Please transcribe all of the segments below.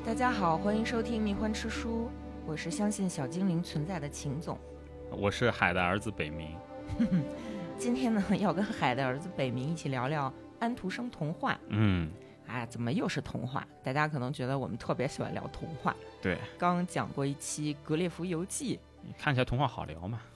大家好，欢迎收听迷欢吃书，我是相信小精灵存在的秦总。 我是海的儿子北冥。 今天呢，要跟海的儿子北冥一起聊聊安徒生童话。怎么又是童话？大家可能觉得我们特别喜欢聊童话。 对， 刚讲过一期《格列佛游记》， 看起来童话好聊嘛。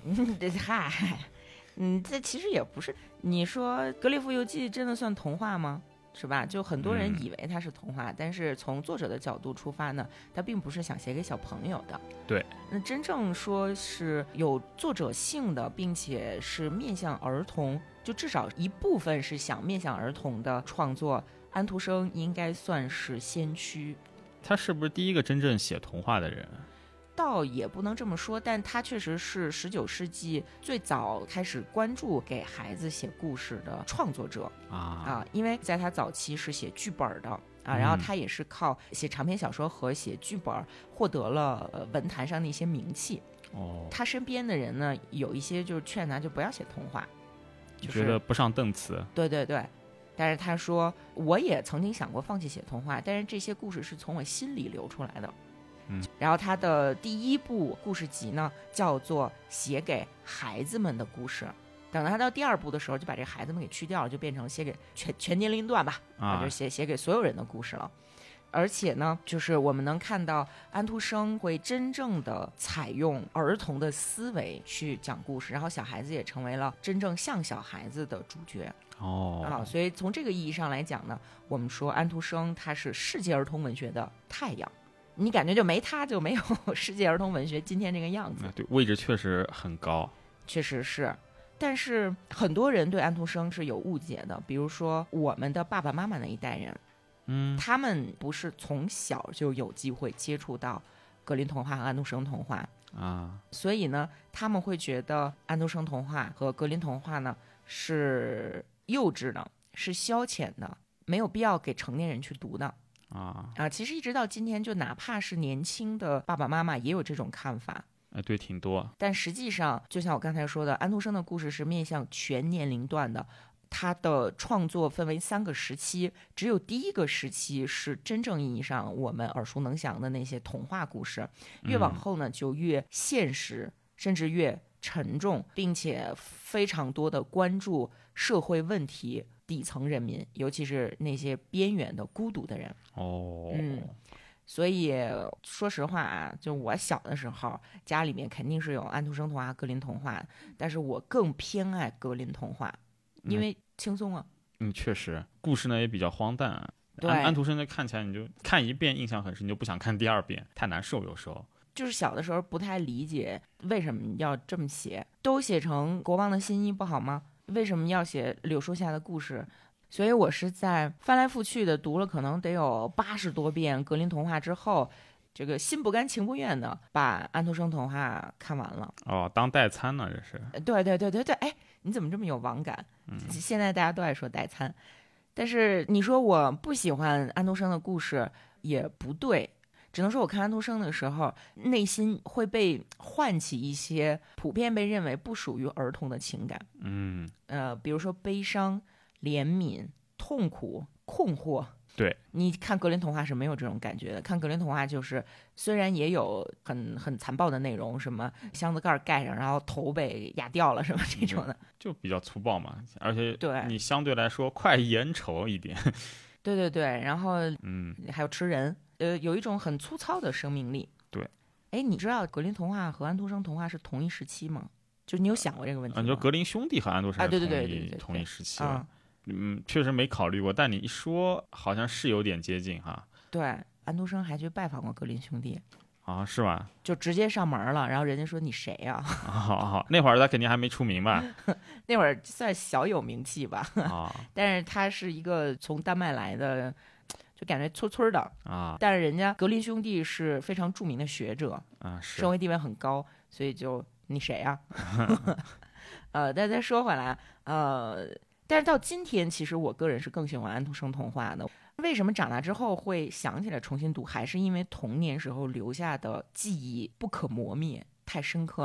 这其实也不是。你说《格列佛游记》真的算童话吗？是吧？就很多人以为它是童话，但是从作者的角度出发呢，他并不是想写给小朋友的。 对， 那真正说是有作者性的，并且是面向儿童，就至少一部分是想面向儿童的创作，安徒生应该算是先驱。 他是不是第一个真正写童话的人？ 倒也不能这么说，但他确实是19世纪最早开始关注给孩子写故事的创作者因为在他早期是写剧本的然后他也是靠写长篇小说和写剧本获得了文坛上的一些名气。他身边的人呢，有一些就是劝他就不要写童话，就是觉得不上档次。 对，但是他说我也曾经想过放弃写童话，但是这些故事是从我心里流出来的。然后他的第一部故事集呢，叫做写给孩子们的故事。等到他到第二部的时候，就把这孩子们给去掉了，就变成写给全年龄段吧，就写给所有人的故事了。而且呢，就是我们能看到安徒生会真正的采用儿童的思维去讲故事，然后小孩子也成为了真正像小孩子的主角。所以从这个意义上来讲呢，我们说安徒生他是世界儿童文学的太阳。你感觉就没他就没有世界儿童文学今天这个样子。 对，位置确实很高。 确实是。但是很多人对安徒生是有误解的，比如说我们的爸爸妈妈那一代人，他们不是从小就有机会接触到格林童话和安徒生童话所以呢，他们会觉得安徒生童话和格林童话呢是幼稚的，是消遣的，没有必要给成年人去读的。其实一直到今天，就哪怕是年轻的爸爸妈妈也有这种看法。 对，挺多。 但实际上，就像我刚才说的，安徒生的故事是面向全年龄段的。他的创作分为3个时期，只有第一个时期是真正意义上我们耳熟能详的那些童话故事，越往后呢就越现实，甚至越沉重，并且非常多的关注社会问题，底层人民，尤其是那些边缘的孤独的人。所以说实话就我小的时候家里面肯定是有安徒生童话、格林童话，但是我更偏爱格林童话，因为轻松啊。 确实，故事呢也比较荒诞对， 安徒生的看起来你就看一遍印象很深，你就不想看第二遍，太难受有时候。 就是小的时候不太理解为什么要这么写，都写成国王的新衣不好吗？为什么要写柳树下的故事？所以我是在翻来覆去的读了可能得有80多遍格林童话之后，这个心不甘情不愿的把安徒生童话看完了。 当代餐呢这是。 对，你怎么这么有网感？现在大家都爱说代餐，但是你说我不喜欢安徒生的故事也不对，只能说我看安徒生的时候，内心会被唤起一些普遍被认为不属于儿童的情感。比如说悲伤、怜悯、痛苦、困惑。 对， 你看格林童话是没有这种感觉的。看格林童话就是虽然也有很残暴的内容，什么箱子盖盖上然后头被压掉了什么这种的， 就比较粗暴嘛，而且对你相对来说快眼瞅一点。 对，然后还有吃人，有一种很粗糙的生命力。 对， 你知道格林童话和安徒生童话是同一时期吗？就是你有想过这个问题吗？ 你说格林兄弟和安徒生对同一时期了。确实没考虑过，但你一说好像是有点接近哈。 对，安徒生还去拜访过格林兄弟是吧？ 就直接上门了，然后人家说你谁呀？ 那会儿他肯定还没出名吧？ 那会儿算小有名气吧。但是他是一个从丹麦来的，就感觉村的但是人家格林兄弟是非常著名的学者社会地位很高，所以就你谁呀？但再说回来但是到今天其实我个人是更喜欢安徒生童话的。为什么长大之后会想起来重新读，还是因为童年时候留下的记忆不可磨灭，太深刻了。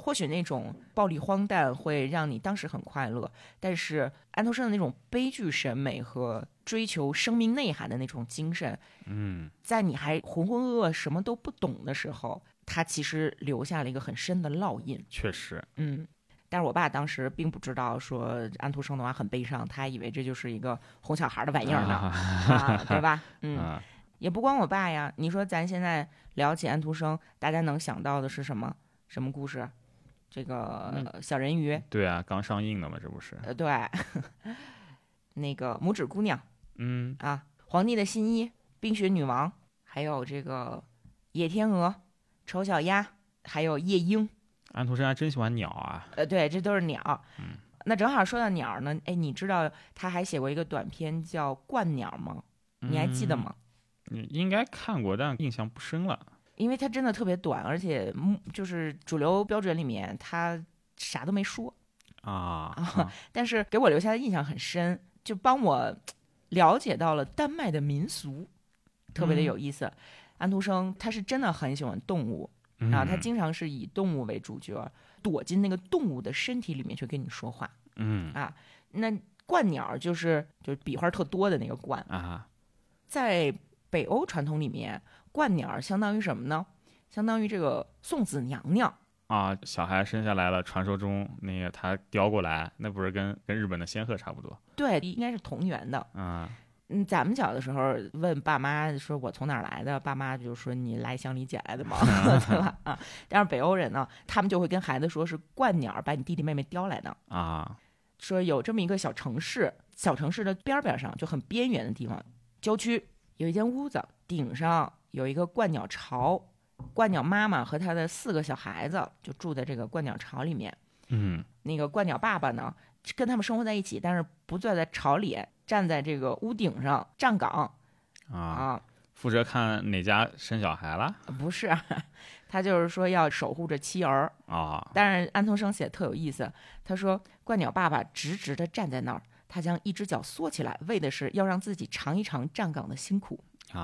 或许那种暴力荒诞会让你当时很快乐，但是安徒生的那种悲剧审美和追求生命内涵的那种精神，在你还浑浑噩噩什么都不懂的时候，他其实留下了一个很深的烙印。 确实， 但是我爸当时并不知道说安徒生的话很悲伤，他还以为这就是一个哄小孩的玩意儿呢，对吧？也不光我爸呀。你说咱现在聊起安徒生，大家能想到的是什么？什么故事？这个小人鱼。 对啊，刚上映的嘛，这不是？ 对，那个拇指姑娘，皇帝的新衣，冰雪女王，还有这个野天鹅、丑小鸭，还有夜莺。 安徒生还真喜欢鸟啊。 对，这都是鸟。那正好说到鸟呢，哎，你知道他还写过一个短篇叫《鹳鸟》吗？你还记得吗？ 应该看过，但印象不深了。 因为它真的特别短，而且就是主流标准里面他啥都没说但是给我留下的印象很深，就帮我了解到了丹麦的民俗，特别的有意思。安徒生他是真的很喜欢动物，然后他经常是以动物为主角，躲进那个动物的身体里面去跟你说话。那鹳鸟就是笔画特多的那个鹳在北欧传统里面，鹳鸟相当于什么呢？相当于这个送子娘娘小孩生下来了，传说中那个他叼过来，那不是跟日本的仙鹤差不多？对， 应该是同源的。咱们小的时候问爸妈说我从哪儿来的，爸妈就说你来乡里捡来的嘛，对吧？但是北欧人呢，他们就会跟孩子说是鹳鸟把你弟弟妹妹叼来的说有这么一个小城市的边上就很边缘的地方，郊区有一间屋子，顶上有一个鹳鸟巢，鹳鸟妈妈和她的4个小孩子就住在这个鹳鸟巢里面。那个鹳鸟爸爸呢，跟他们生活在一起，但是不坐在巢里，站在这个屋顶上站岗负责看哪家生小孩了？ 不是，他就是说要守护着妻儿但是安徒生写的特有意思，他说鹳鸟爸爸直直的站在那儿，他将一只脚缩起来，为的是要让自己尝一尝站岗的辛苦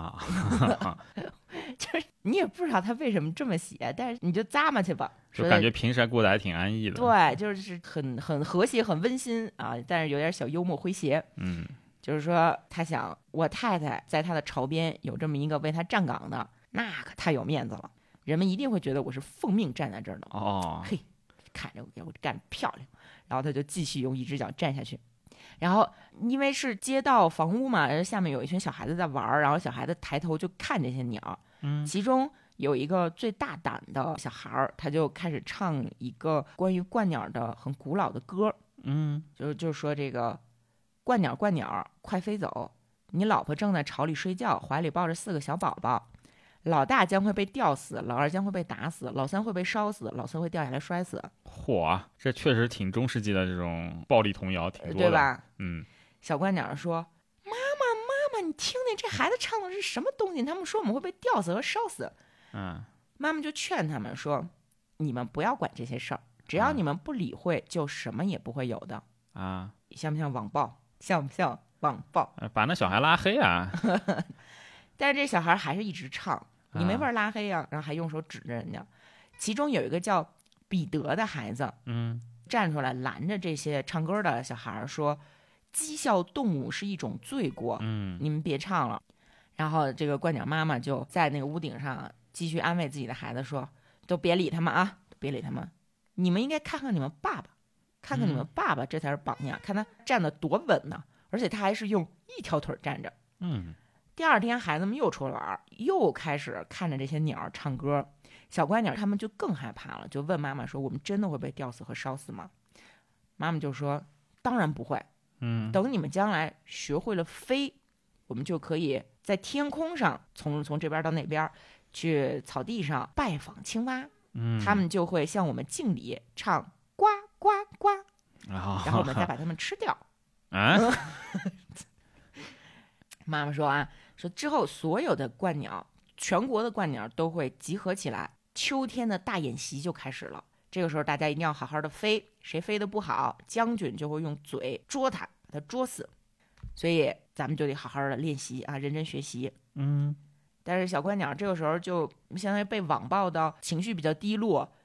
就是你也不知道他为什么这么写，但是你就咂摸去吧， 就感觉平时还过得还挺安逸的。 对，就是很和谐很温馨但是有点小幽默诙谐。就是说他想我太太在他的巢边有这么一个为他站岗的，那可太有面子了，人们一定会觉得我是奉命站在这儿的嘿，看着我干漂亮。然后他就继续用一只脚站下去，然后因为是街道房屋嘛，下面有一群小孩子在玩，然后小孩子抬头就看这些鸟，其中有一个最大胆的小孩，他就开始唱一个关于鹳鸟的很古老的歌，就是说这个鹳鸟鹳鸟快飞走，你老婆正在巢里睡觉，怀里抱着4个小宝宝，老大将会被吊死，老二将会被打死，老三会被烧死，老四会掉下来摔死。 嚯，这确实挺中世纪的这种暴力童谣，挺多的， 对吧？小鹳鸟说：“妈妈，你听听这孩子唱的是什么东西？他们说我们会被吊死和烧死。”妈妈就劝他们说：“你们不要管这些事儿，只要你们不理会，就什么也不会有的。”像不像网暴？像不像网暴？ 把那小孩拉黑啊！ 但是这小孩还是一直唱，你没法拉黑啊，然后还用手指着人家。其中有一个叫彼得的孩子，站出来拦着这些唱歌的小孩说：“讥笑动物是一种罪过，你们别唱了。”然后这个鹳鸟妈妈就在那个屋顶上继续安慰自己的孩子说：“都别理他们啊，别理他们，你们应该看看你们爸爸，看看你们爸爸，这才是榜样，看他站得多稳呢，而且他还是用一条腿站着。”第二天孩子们又出来玩，又开始看着这些鸟唱歌，小鹳鸟他们就更害怕了，就问妈妈说：“我们真的会被吊死和烧死吗？”妈妈就说：“当然不会，等你们将来学会了飞，我们就可以在天空上从这边到那边去草地上拜访青蛙，他们就会向我们敬礼，唱呱呱呱，然后我们再把它们吃掉。”妈妈说说之后所有的鹳鸟，全国的鹳鸟都会集合起来，秋天的大演习就开始了。这个时候大家一定要好好的飞，谁飞得不好，将军就会用嘴捉他，把他捉死。所以咱们就得好好的练习认真学习。但是小鹳鸟这个时候就相当于被网暴到情绪比较低落，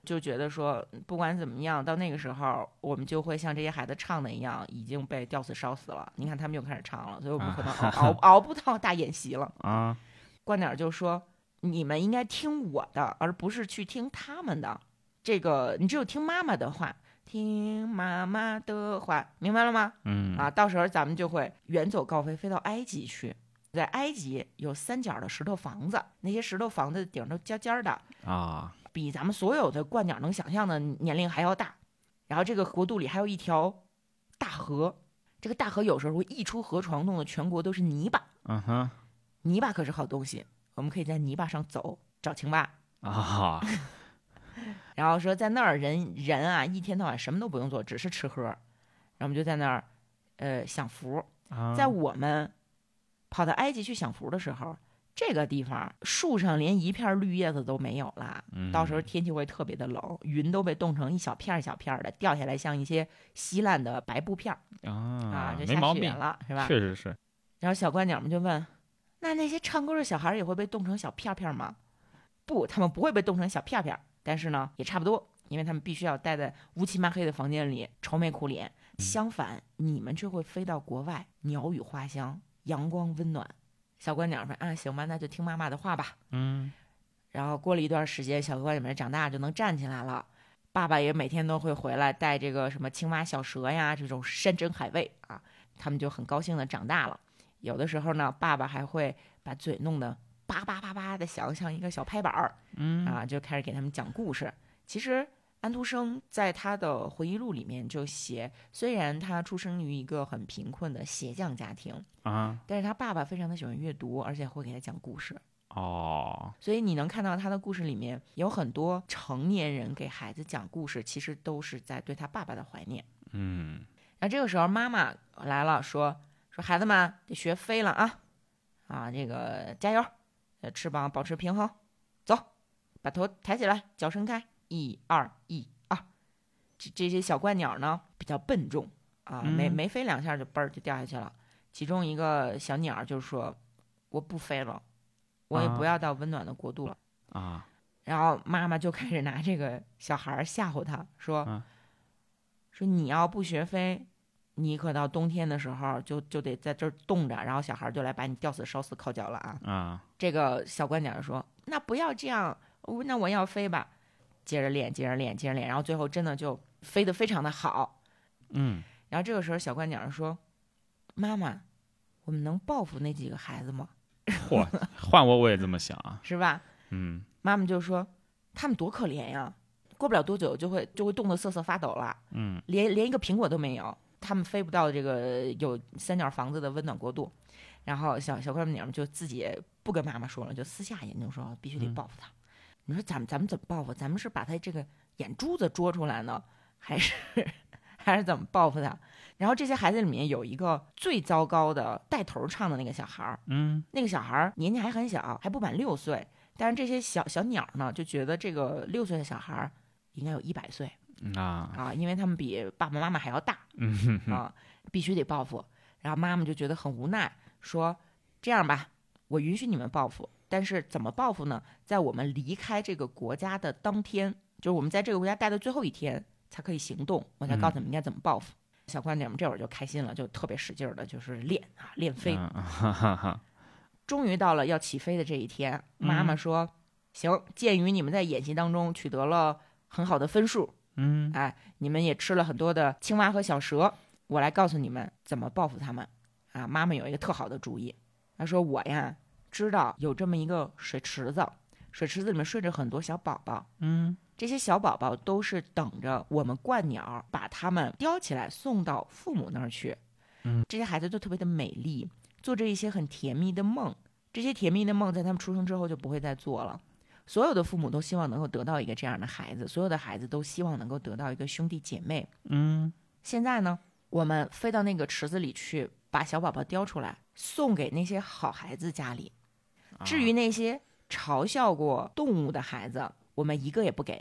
就觉得说不管怎么样，到那个时候我们就会像这些孩子唱的一样，已经被吊死烧死了。你看他们又开始唱了，所以我们可能熬不到大演习了啊。 观点就说你们应该听我的，而不是去听他们的。这个你只有听妈妈的话，听妈妈的话，明白了吗？到时候咱们就会远走高飞，飞到埃及去。在埃及有3角的石头房子，那些石头房子顶都尖尖的啊， 比咱们所有的观鸟能想象的年龄还要大。然后这个国度里还有一条大河，这个大河有时候会溢出河床，弄得全国都是泥巴。泥巴可是好东西，我们可以在泥巴上走，找青蛙啊。 然后说在那儿人啊，一天到晚什么都不用做，只是吃喝。然后我们就在那儿享福。在我们跑到埃及去享福的时候，这个地方树上连一片绿叶子都没有了，到时候天气会特别的冷，云都被冻成一小片一小片的，掉下来像一些稀烂的白布片就下雪了，是吧？ 确实是。 然后小观鸟们就问，那些唱歌的小孩也会被冻成小片片吗？不，他们不会被冻成小片片，但是呢也差不多，因为他们必须要待在乌漆嘛黑的房间里愁眉苦脸。相反你们却会飞到国外，鸟语花香，阳光温暖。小观鸟说行吧，那就听妈妈的话吧。然后过了一段时间，小观鸟们长大就能站起来了，爸爸也每天都会回来带这个什么青蛙小蛇呀，这种山珍海味啊，他们就很高兴的长大了。有的时候呢，爸爸还会把嘴弄得叭叭叭叭的响，像一个小拍板儿，就开始给他们讲故事。其实安徒生在他的回忆录里面就写，虽然他出生于一个很贫困的鞋匠家庭但是他爸爸非常的喜欢阅读，而且会给他讲故事。所以你能看到他的故事里面有很多成年人给孩子讲故事，其实都是在对他爸爸的怀念。然后这个时候妈妈来了，说孩子们得学飞了这个加油，翅膀保持平衡，走，把头抬起来，脚伸开，1、2、1、2。这些小观鸟呢比较笨重没飞2下就嘣儿就掉下去了。其中一个小鸟就说，我不飞了，我也不要到温暖的国度了然后妈妈就开始拿这个小孩吓唬他，说你要不学飞，你可到冬天的时候就得在这儿冻着，然后小孩就来把你吊死烧死烤焦了这个小观鸟说，那不要这样，那我要飞吧。接着练，然后最后真的就飞得非常的好。然后这个时候小观鸟说，妈妈，我们能报复那几个孩子吗？ 换我也这么想是吧？妈妈就说他们多可怜呀，过不了多久就会冻得瑟瑟发抖了。连一个苹果都没有，他们飞不到这个有3角房子的温暖国度。然后小观鸟们就自己不跟妈妈说了，就私下研究说必须得报复他。你说咱们怎么报复？咱们是把他这个眼珠子捉出来呢，还是怎么报复他？然后这些孩子里面有一个最糟糕的带头唱的那个小孩那个小孩年纪还很小，还不满6岁，但是这些小鸟呢就觉得这个6岁的小孩应该有100岁因为他们比爸爸妈妈还要大必须得报复。然后妈妈就觉得很无奈，说这样吧，我允许你们报复，但是怎么报复呢？在我们离开这个国家的当天，就是我们在这个国家待的最后一天才可以行动，我才告诉你们应该怎么报复。小观鸟们这会儿就开心了，就特别使劲的就是练飞终于到了要起飞的这一天，妈妈说行，鉴于你们在演习当中取得了很好的分数你们也吃了很多的青蛙和小蛇，我来告诉你们怎么报复他们妈妈有一个特好的主意，她说我呀知道有这么一个水池子，水池子里面睡着很多小宝宝这些小宝宝都是等着我们鹳鸟把他们叼起来送到父母那儿去这些孩子都特别的美丽，做着一些很甜蜜的梦，这些甜蜜的梦在他们出生之后就不会再做了。所有的父母都希望能够得到一个这样的孩子，所有的孩子都希望能够得到一个兄弟姐妹现在呢我们飞到那个池子里去，把小宝宝叼出来送给那些好孩子家里至于那些嘲笑过动物的孩子，我们一个也不给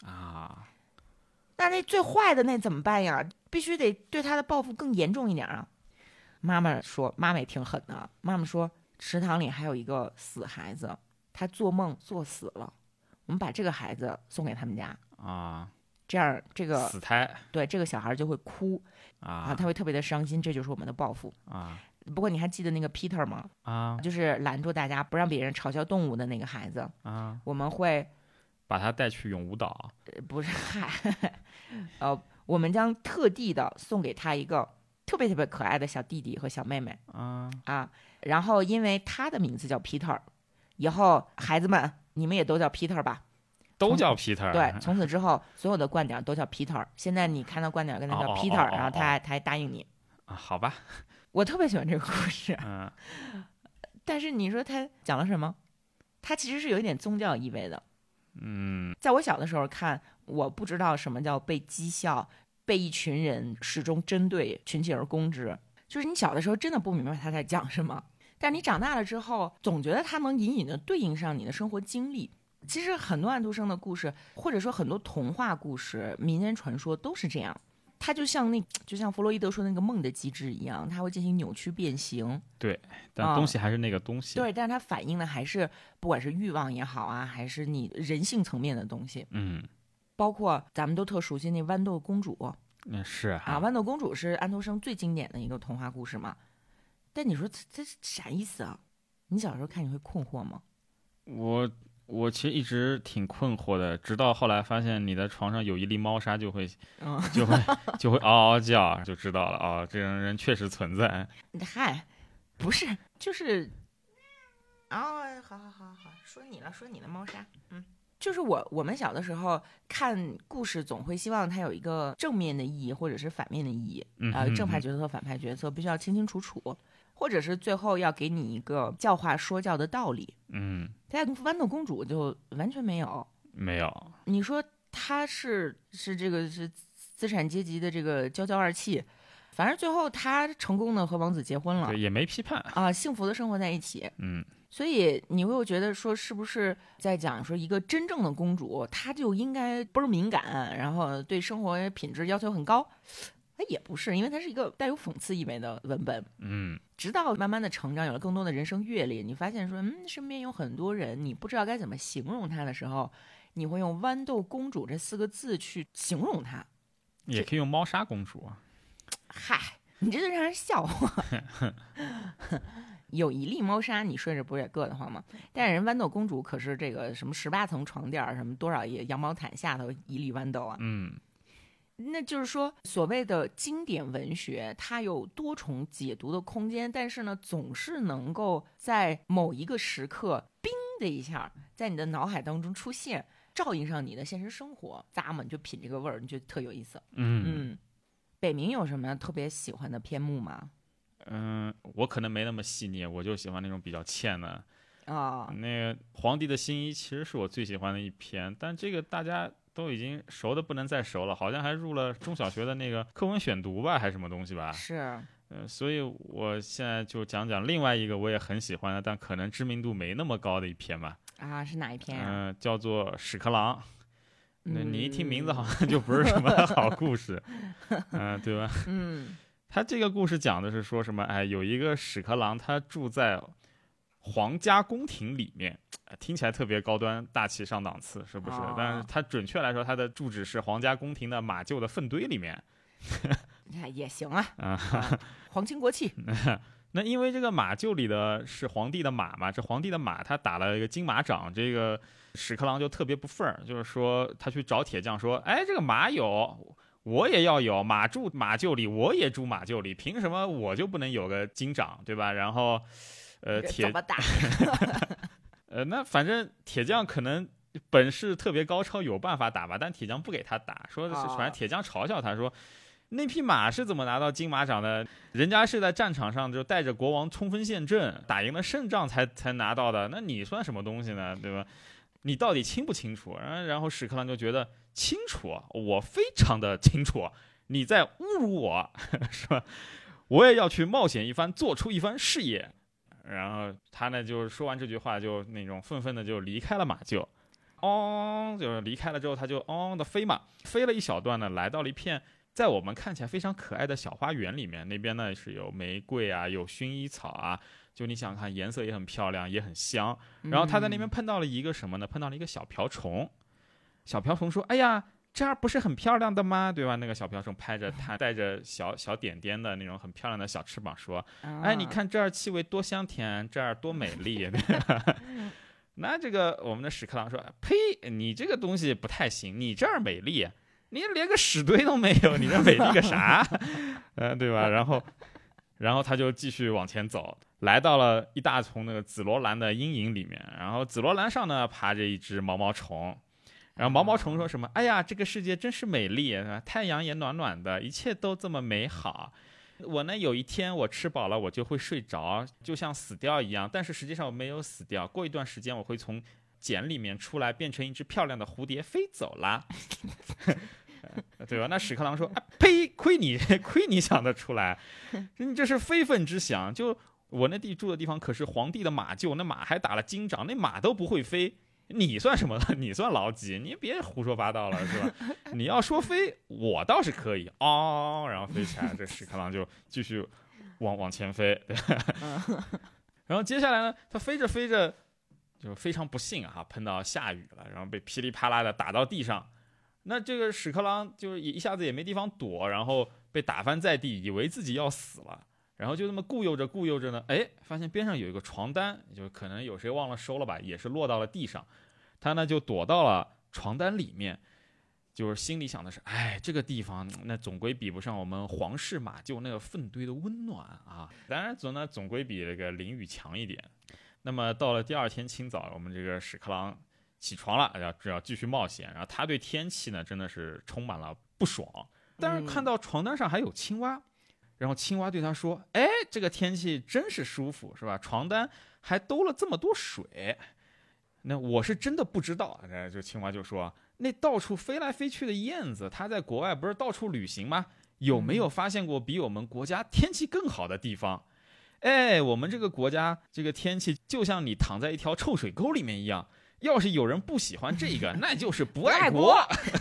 那最坏的那怎么办呀？必须得对他的报复更严重一点妈妈说，妈妈也挺狠的，妈妈说池塘里还有一个死孩子，他做梦做死了，我们把这个孩子送给他们家啊， 这样这个死胎， 对这个小孩就会哭啊， 他会特别的伤心，这就是我们的报复啊。 不过你还记得那个 Peter 吗？就是拦住大家不让别人嘲笑动物的那个孩子我们会把他带去永无岛， 不是我们将特地的送给他一个特别特别可爱的小弟弟和小妹妹然后因为他的名字叫 Peter， 以后孩子们你们也都叫 Peter 吧， 都叫 Peter。 对，从此之后所有的冠鸟都叫 Peter。现在你看到冠鸟跟他叫 Peter，然后他还答应你好吧。 我特别喜欢这个故事但是你说他讲了什么？他其实是有一点宗教意味的。在我小的时候看，我不知道什么叫被讥笑，被一群人始终针对，群起而攻之。就是你小的时候真的不明白他在讲什么，但你长大了之后，总觉得他能隐隐的对应上你的生活经历。其实很多安徒生的故事，或者说很多童话故事、民间传说都是这样。它就像弗洛伊德说的那个梦的机制一样，它会进行扭曲变形。 对，但东西还是那个东西。 对，但是它反映的还是不管是欲望也好啊，还是你人性层面的东西。包括咱们都特熟悉那豌豆公主。 是豌豆公主是安徒生最经典的一个童话故事嘛。但你说这啥意思啊？你小时候看你会困惑吗？ 我其实一直挺困惑的，直到后来发现你的床上有一粒猫砂就会嗷嗷叫，就知道了这种人确实存在。 嗨，不是，就是好，说你的猫砂。就是我们小的时候看故事，总会希望它有一个正面的意义或者是反面的意义正派角色和反派角色必须要清清楚楚，或者是最后要给你一个教化说教的道理。但豌豆公主就完全没有。你说她是这个是资产阶级的这个娇娇二气，反正最后她成功的和王子结婚了， 对，也没批判幸福的生活在一起。所以你会觉得说，是不是在讲说一个真正的公主，她就应该倍儿敏感，然后对生活品质要求很高？也不是，因为它是一个带有讽刺意味的文本。直到慢慢的成长，有了更多的人生阅历，你发现说，身边有很多人，你不知道该怎么形容他的时候，你会用豌豆公主这4个字去形容他， 也可以用猫砂公主。 嗨，你这就让人笑话。有一粒猫砂，你睡着不也硌得慌吗？但是人豌豆公主可是这个什么18层床垫，什么多少羊毛毯下头一粒豌豆啊。那就是说，所谓的经典文学，它有多重解读的空间，但是呢，总是能够在某一个时刻，冰的一下，在你的脑海当中出现，照应上你的现实生活。咂摸你就品这个味儿，你觉得特有意思。北冥有什么特别喜欢的篇目吗？ 我可能没那么细腻，我就喜欢那种比较欠的。那个皇帝的新衣其实是我最喜欢的一篇，但这个大家都已经熟的不能再熟了，好像还入了中小学的那个课文选读吧，还是什么东西吧。 是。 所以我现在就讲讲另外一个我也很喜欢的，但可能知名度没那么高的一篇吧。 是哪一篇叫做《屎壳郎》。你一听名字好像就不是什么好故事，对吧？他这个故事讲的是说什么？有一个屎壳郎，他住在皇家宫廷里面，听起来特别高端、大气、上档次，是不是？但是他准确来说，他的住址是皇家宫廷的马厩的粪堆里面。 也行皇亲国戚。 那因为这个马厩里的是皇帝的马嘛，这皇帝的马他打了一个金马掌，这个屎壳郎就特别不忿，就是说他去找铁匠说，这个马有。我也要有，马住马厩里，我也住马厩里，凭什么我就不能有个金掌，对吧？然后， 怎么打？ 那反正铁匠可能本事特别高超，有办法打吧，但铁匠不给他打，说反正铁匠嘲笑他说，那匹马是怎么拿到金马掌的？人家是在战场上就带着国王冲锋陷阵，打赢了胜仗才拿到的，那你算什么东西呢？对吧？你到底清不清楚？然后屎壳郎就觉得清楚，我非常的清楚，你在侮辱我，是吧？我也要去冒险一番，做出一番事业。然后他呢，就说完这句话，就那种愤愤的就离开了马厩。就是离开了之后，他就的飞嘛，飞了一小段呢，来到了一片在我们看起来非常可爱的小花园里面。那边呢是有玫瑰啊，有薰衣草啊。就你想看，颜色也很漂亮，也很香。然后他在那边碰到了一个什么呢？碰到了一个小瓢虫。 小瓢虫说：“哎呀，这儿不是很漂亮的吗？对吧？”那个小瓢虫拍着它带着小点点的那种很漂亮的小翅膀说：“哎，你看这儿气味多香甜，这儿多美丽。”那这个我们的屎壳郎说：“呸，你这个东西不太行，你这儿美丽，你连个屎堆都没有，你这美丽个啥？对吧？”然后他就继续往前走，来到了一大丛那个紫罗兰的阴影里面，然后紫罗兰上呢爬着一只毛毛虫。然后毛毛虫说什么：“哎呀，这个世界真是美丽，太阳也暖暖的，一切都这么美好。我呢，有一天我吃饱了，我就会睡着，就像死掉一样。但是实际上我没有死掉，过一段时间我会从茧里面出来，变成一只漂亮的蝴蝶飞走啦。”对吧？那屎壳郎说：“啊，呸！亏你想得出来，你这是非分之想。就我那地住的地方可是皇帝的马厩，那马还打了金掌，那马都不会飞。”你算什么？你算老几？你别胡说八道了，是吧？你要说飞，我倒是可以哦，然后飞起来，这屎壳郎就继续往前飞，对吧？然后接下来呢，他飞着飞着就非常不幸啊，碰到下雨了，然后被噼里啪啦的打到地上。那这个屎壳郎就是一下子也没地方躲，然后被打翻在地，以为自己要死了。然后就这么固悠着呢，哎，发现边上有一个床单，就可能有谁忘了收了吧，也是落到了地上。他呢就躲到了床单里面，就是心里想的是，哎，这个地方那总归比不上我们皇室马厩那个粪堆的温暖啊。当然总归比那个淋雨强一点。那么到了第二天清早，我们这个屎壳郎起床了，要继续冒险。然后他对天气呢真的是充满了不爽，但是看到床单上还有青蛙。然后青蛙对他说：“哎，这个天气真是舒服，是吧？床单还兜了这么多水。那我是真的不知道。”就青蛙就说：“那到处飞来飞去的燕子，它在国外不是到处旅行吗？有没有发现过比我们国家天气更好的地方？哎，我们这个国家这个天气就像你躺在一条臭水沟里面一样。要是有人不喜欢这个，那就是不爱国。”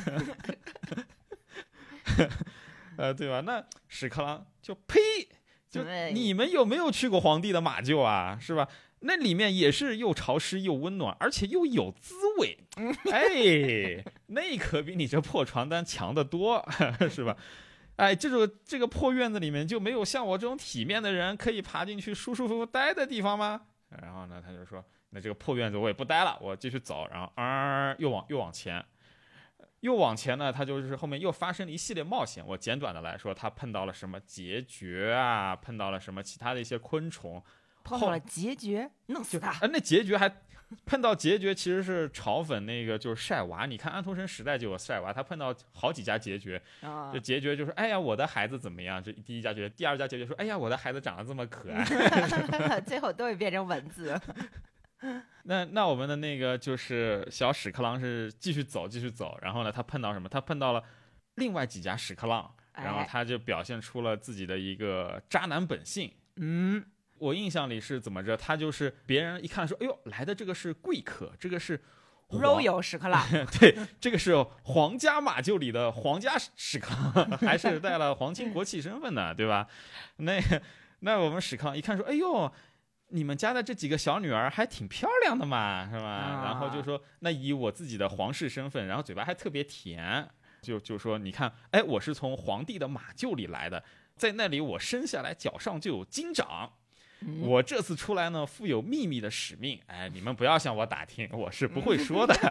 对吧？那屎壳郎就呸！就你们有没有去过皇帝的马厩啊？是吧？那里面也是又潮湿又温暖，而且又有滋味。哎，那可比你这破床单强得多，是吧？哎，这个破院子里面就没有像我这种体面的人可以爬进去舒舒服服待的地方吗？然后呢，他就说：“那这个破院子我也不待了，我继续走。”然后又往前。又往前呢，他就是后面又发生了一系列冒险。我简短的来说，他碰到了什么孑孓啊，碰到了什么其他的一些昆虫， 碰到了孑孓，弄死他。 那孑孓还碰到孑孓，其实是嘲讽那个就是晒娃。你看安徒生时代就有晒娃，他碰到好几家孑孓，这孑孓就说：“哎呀，我的孩子怎么样？”这第一家孑孓，第二家孑孓说：“哎呀，我的孩子长得这么可爱。” 最后都会变成蚊子。 那我们的那个就是小屎壳郎是继续走，然后呢，他碰到什么？他碰到了另外几家屎壳郎，然后他就表现出了自己的一个渣男本性。我印象里是怎么着？他就是别人一看说：“哎呦，来的这个是贵客，这个是 Royal 屎壳郎。” 对，这个是皇家马厩里的皇家屎壳郎，还是带了皇亲国戚身份的，对吧？那我们屎壳郎一看说：“哎呦。”你们家的这几个小女儿还挺漂亮的嘛，是吧？然后就说那以我自己的皇室身份，然后嘴巴还特别甜，就说你看，哎，我是从皇帝的马厩里来的，在那里我生下来脚上就有金掌，我这次出来呢负有秘密的使命，哎，你们不要向我打听，我是不会说的。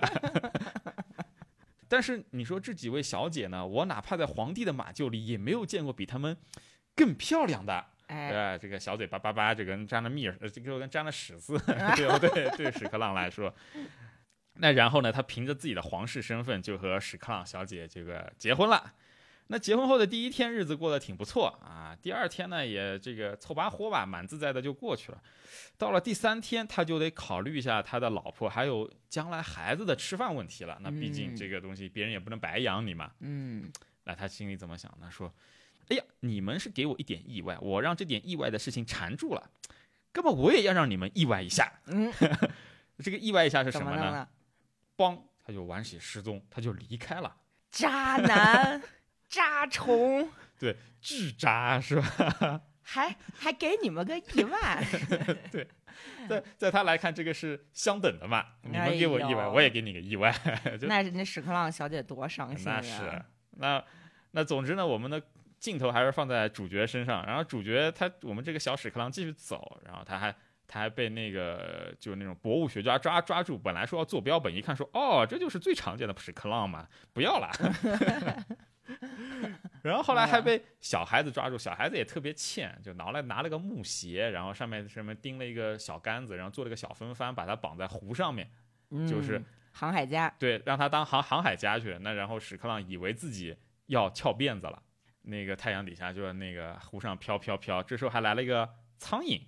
但是你说这几位小姐呢，我哪怕在皇帝的马厩里也没有见过比她们更漂亮的。这个小嘴巴巴巴，这跟沾了蜜，这个跟沾了屎似的，对不对？对屎壳郎来说，那然后呢，他凭着自己的皇室身份，就和屎壳郎小姐这个结婚了。那结婚后的第一天日子过得挺不错啊，第二天呢也这个凑把火吧，蛮自在的就过去了。到了第三天，他就得考虑一下他的老婆还有将来孩子的吃饭问题了。那毕竟这个东西别人也不能白养你嘛。那他心里怎么想呢？说：“哎呀，你们是给我一点意外，我让这点意外的事情缠住了，那么我也要让你们意外一下。”这个意外一下是什么呢？邦，他就玩起失踪，他就离开了。 渣男，渣虫， 对，巨渣是吧？ 还给你们个1万， 对，在他来看，这个是相等的嘛，你们给我1万，我也给你个1万。 那屎壳郎小姐多伤心啊！ 那是，那总之呢，我们的镜头还是放在主角身上，然后主角我们这个小屎壳郎继续走，然后他还被那个就是那种博物学家抓住，本来说要做标本，一看说哦，这就是最常见的屎壳郎嘛，不要了。然后后来还被小孩子抓住，小孩子也特别欠，就拿了个木鞋，然后上面钉了一个小杆子，然后做了个小风帆，把它绑在湖上面，就是航海家， 对，让他当航海家去。那然后屎壳郎以为自己要翘辫子了，那个太阳底下就那个湖上飘，这时候还来了一个苍蝇。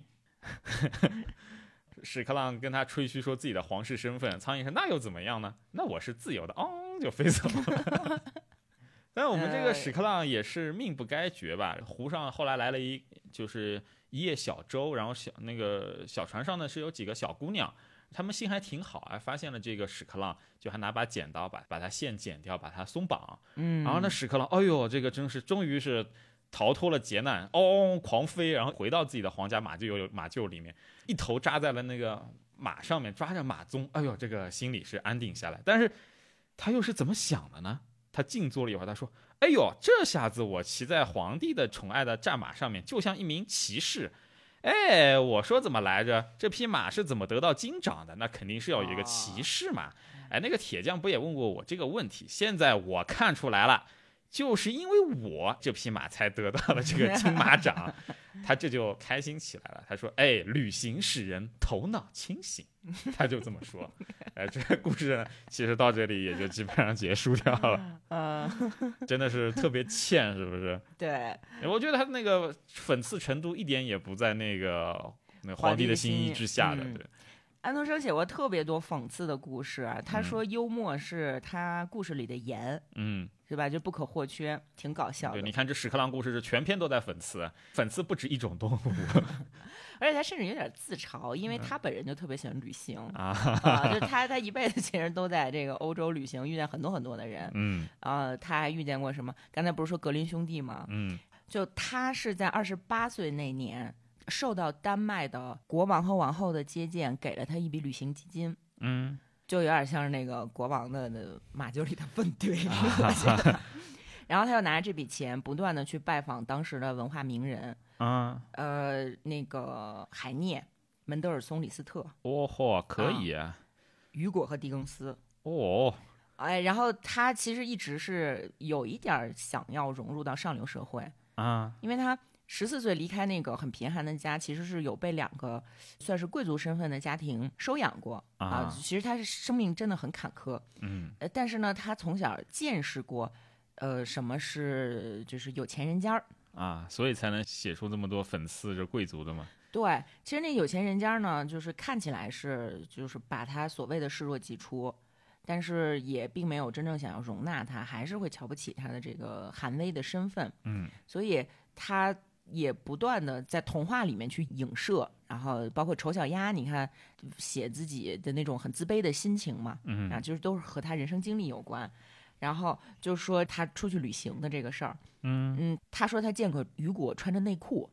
屎壳郎跟他吹嘘说自己的皇室身份，苍蝇说那又怎么样呢？那我是自由的，就飞走了。但我们这个屎壳郎也是命不该绝吧？湖上后来来了就是一叶小舟，然后那个小船上呢是有几个小姑娘，她们心还挺好啊，发现了这个屎壳郎，就还拿把剪刀把它线剪掉，把它松绑。然后那屎壳郎，哎呦，这个真是终于是逃脱了劫难，狂飞，然后回到自己的皇家马厩里面，一头扎在了那个马上面，抓着马鬃，哎呦，这个心里是安定下来。但是他又是怎么想的呢？他静坐了一会儿，他说：“哎呦，这下子我骑在皇帝的宠爱的战马上面，就像一名骑士。哎，我说怎么来着？这匹马是怎么得到金掌的？那肯定是要有一个骑士嘛。哎，那个铁匠不也问过我这个问题？现在我看出来了。”就是因为我这匹马才得到了这个金马掌，他这就开心起来了。他说：“哎，旅行使人头脑清醒。”他就这么说。这个故事呢，其实到这里也就基本上结束掉了。真的是特别欠，是不是？ 对， 我觉得他那个讽刺程度一点也不在那个皇帝的心意之下的。对。 安徒生写过特别多讽刺的故事，他说幽默是他故事里的盐，是吧？就不可或缺，挺搞笑的。 对，你看这屎壳郎故事是全篇都在讽刺不止一种动物， 而且他甚至有点自嘲，因为他本人就特别喜欢旅行就他一辈子其实都在这个欧洲旅行，遇见很多很多的人，他还遇见过什么？刚才不是说格林兄弟吗？就他是在28岁那年。受到丹麦的国王和王后的接见，给了他一笔旅行基金，就有点像是那个国王的马厩里的粪堆。然后他又拿着这笔钱，不断的去拜访当时的文化名人，那个海涅、门德尔松、李斯特， 可以啊， 雨果和狄更斯，然后他其实一直是有一点想要融入到上流社会因为他14岁离开那个很贫寒的家，其实是有被2个算是贵族身份的家庭收养过其实他是生命真的很坎坷，但是呢，他从小见识过，什么是就是有钱人家所以才能写出这么多讽刺着贵族的嘛。 对，其实那有钱人家呢，就是看起来就是把他所谓的视若己出，但是也并没有真正想要容纳他，还是会瞧不起他的这个寒微的身份，所以他也不断的在童话里面去影射，然后包括丑小鸭，你看写自己的那种很自卑的心情嘛，就是都是和他人生经历有关。然后就说他出去旅行的这个事儿，他说他见过雨果穿着内裤，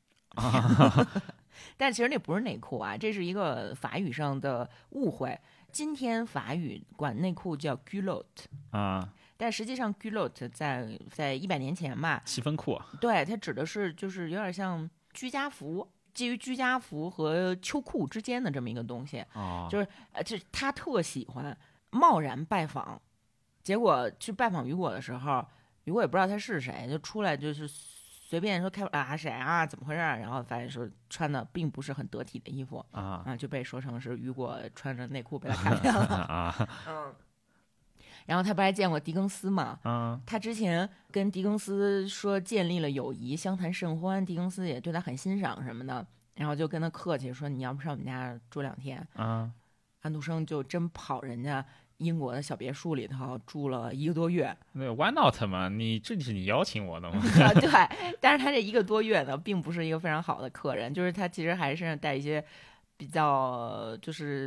但其实那不是内裤这是一个法语上的误会。今天法语管内裤叫 culotte 但实际上 culotte 在100年前嘛， 七分裤， 对，它指的是就是有点像居家服，介于居家服和秋裤之间的这么一个东西就是他特喜欢贸然拜访，结果去拜访雨果的时候，雨果也不知道他是谁，就出来就是随便说谁怎么回事，然后发现说穿的并不是很得体的衣服就被说成是雨果穿着内裤被他看见了然后他不还见过狄更斯嘛？他之前跟狄更斯说建立了友谊，相谈甚欢，狄更斯也对他很欣赏什么的，然后就跟他客气说：“你要不上我们家住2天？”安徒生就真跑人家英国的小别墅里头住了1个多月。 那 Why not 嘛？这是你邀请我的吗？ 对，但是他这1个多月呢，并不是一个非常好的客人，就是他其实还是身上带一些比较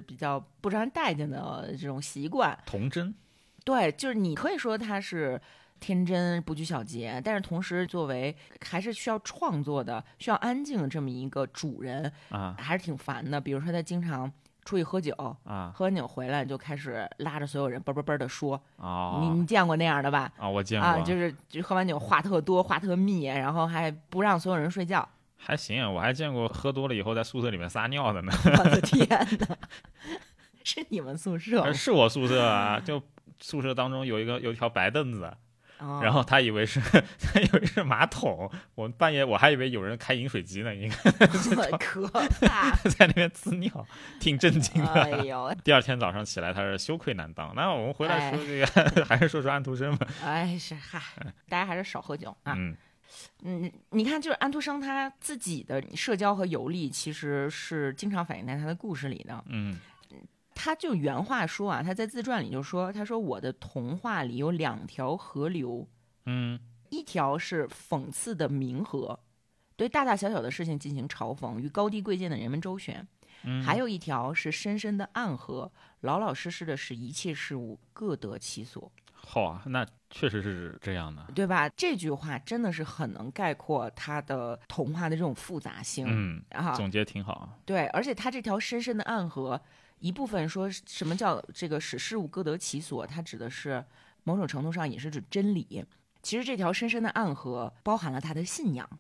不招人待见的这种习惯。 童真。 对，就是你可以说他是天真不拘小节，但是同时作为还是需要创作的、需要安静的这么一个主人啊， 还是挺烦的。比如说他经常出去喝酒啊， 喝完酒回来就开始拉着所有人啵啵啵的说， 哦， 你见过那样的吧？ 啊，我见过啊，就喝完酒话特多，话特密，然后还不让所有人睡觉。 还行，我还见过喝多了以后在宿舍里面撒尿的呢。 我的天哪！是你们宿舍吗？ 是我宿舍啊，就宿舍当中有一条白凳子， 哦、 然后他以为是马桶，我半夜我还以为有人开饮水机呢，应该可怕， 在那边滋尿，挺震惊的。 哎呦， 第二天早上起来他是羞愧难当。那我们回来说这个，还是说安徒生吧。 哎，是嗨，大家还是少喝酒啊。你看，就是安徒生他自己的社交和游历，其实是经常反映在他的故事里的。他就原话说啊，他在自传里就说，他说我的童话里有2条河流，一条是讽刺的冥河，对大大小小的事情进行嘲讽，与高低贵贱的人们周旋；还有一条是深深的暗河，老老实实的使一切事物各得其所。 好啊，那确实是这样的， 对吧？这句话真的是很能概括他的童话的这种复杂性。 总结挺好。 对，而且他这条深深的暗河，一部分说什么叫这个使事物各得其所，它指的是某种程度上也是指真理。其实这条深深的暗河包含了他的信仰。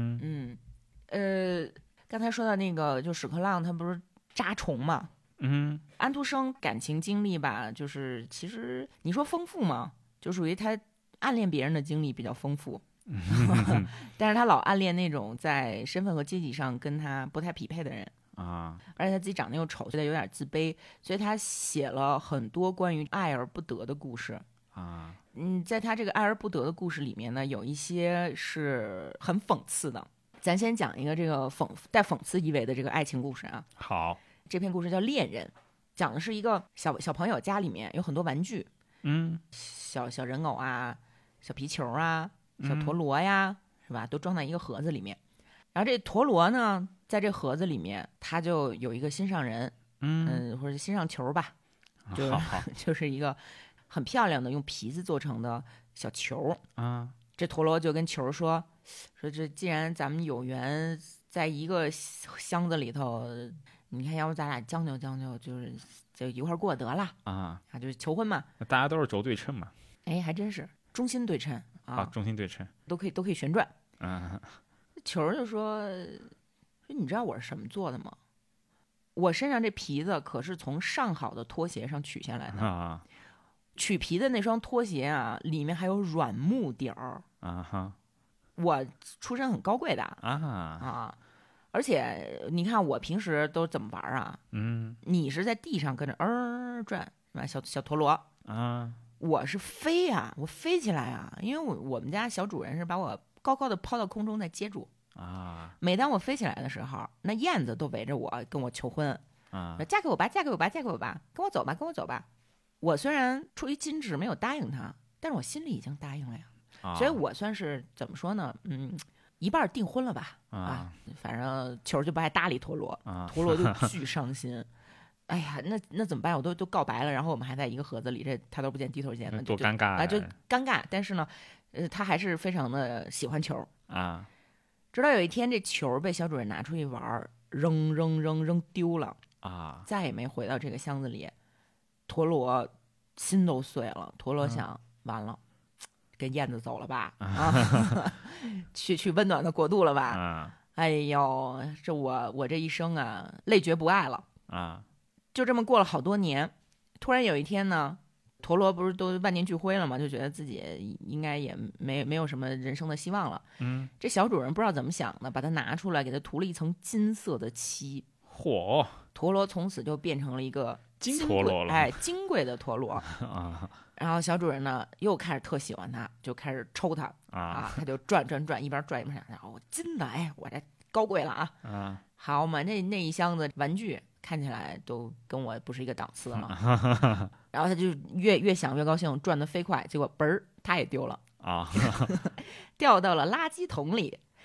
刚才说到那个，就屎壳郎他不是扎虫嘛？安徒生感情经历吧，就是其实你说丰富嘛，就属于他暗恋别人的经历比较丰富，但是他老暗恋那种在身份和阶级上跟他不太匹配的人啊， 而且他自己长得又丑，所以他有点自卑，所以他写了很多关于爱而不得的故事啊。 在他这个爱而不得的故事里面呢，有一些是很讽刺的。咱先讲一个这个带讽刺意味的这个爱情故事啊。 好。 这篇故事叫《恋人》，讲的是一个小朋友家里面有很多玩具，小人偶啊，小皮球啊，小陀螺呀，是吧？都装在一个盒子里面。然后这陀螺呢，在这盒子里面，它就有一个心上人，或者心上球吧，就是一个很漂亮的用皮子做成的小球。这陀螺就跟球说这既然咱们有缘在一个箱子里头。你看，要不咱俩将就将就，就一块过得了就是求婚嘛。 大家都是轴对称嘛。 哎，还真是中心对称啊， 中心对称都可以旋转。球就说你知道我是什么做的吗？我身上这皮子可是从上好的拖鞋上取下来的取皮的那双拖鞋啊，里面还有软木底儿我出身很高贵的而且你看我平时都怎么玩啊？你是在地上跟着转，是吧？小陀螺我是飞啊，我飞起来啊！因为我们家小主人是把我高高的抛到空中再接住每当我飞起来的时候，那燕子都围着我跟我求婚嫁给我吧，嫁给我吧，嫁给我吧，跟我走吧，跟我走吧。我虽然出于矜持没有答应他，但是我心里已经答应了呀。所以我算是怎么说呢？一半订婚了吧反正球就不爱搭理陀螺陀螺就巨伤心哎呀，那怎么办？我都告白了，然后我们还在一个盒子里，这抬头不见低头见的， 多尴尬就尴尬。但是呢，他还是非常的喜欢球直到有一天，这球被小主人拿出去玩，扔丢了再也没回到这个箱子里。陀螺心都碎了，陀螺想完了。跟燕子走了吧去温暖的国度了吧哎呦，这我这一生啊，累觉不爱了就这么过了好多年。突然有一天呢，陀螺不是都万念俱灰了吗？就觉得自己应该也没有什么人生的希望了这小主人不知道怎么想的，把它拿出来给它涂了一层金色的漆。陀螺从此就变成了一个金陀螺了， 金贵的陀螺然后小主人呢又开始特喜欢它，就开始抽它它就转，一边转一边想，然后金的，我这高贵了好嘛，那一箱子玩具看起来都跟我不是一个档次了然后他就越想越高兴，转得飞快，结果嘣儿他也丢了掉到了垃圾桶里。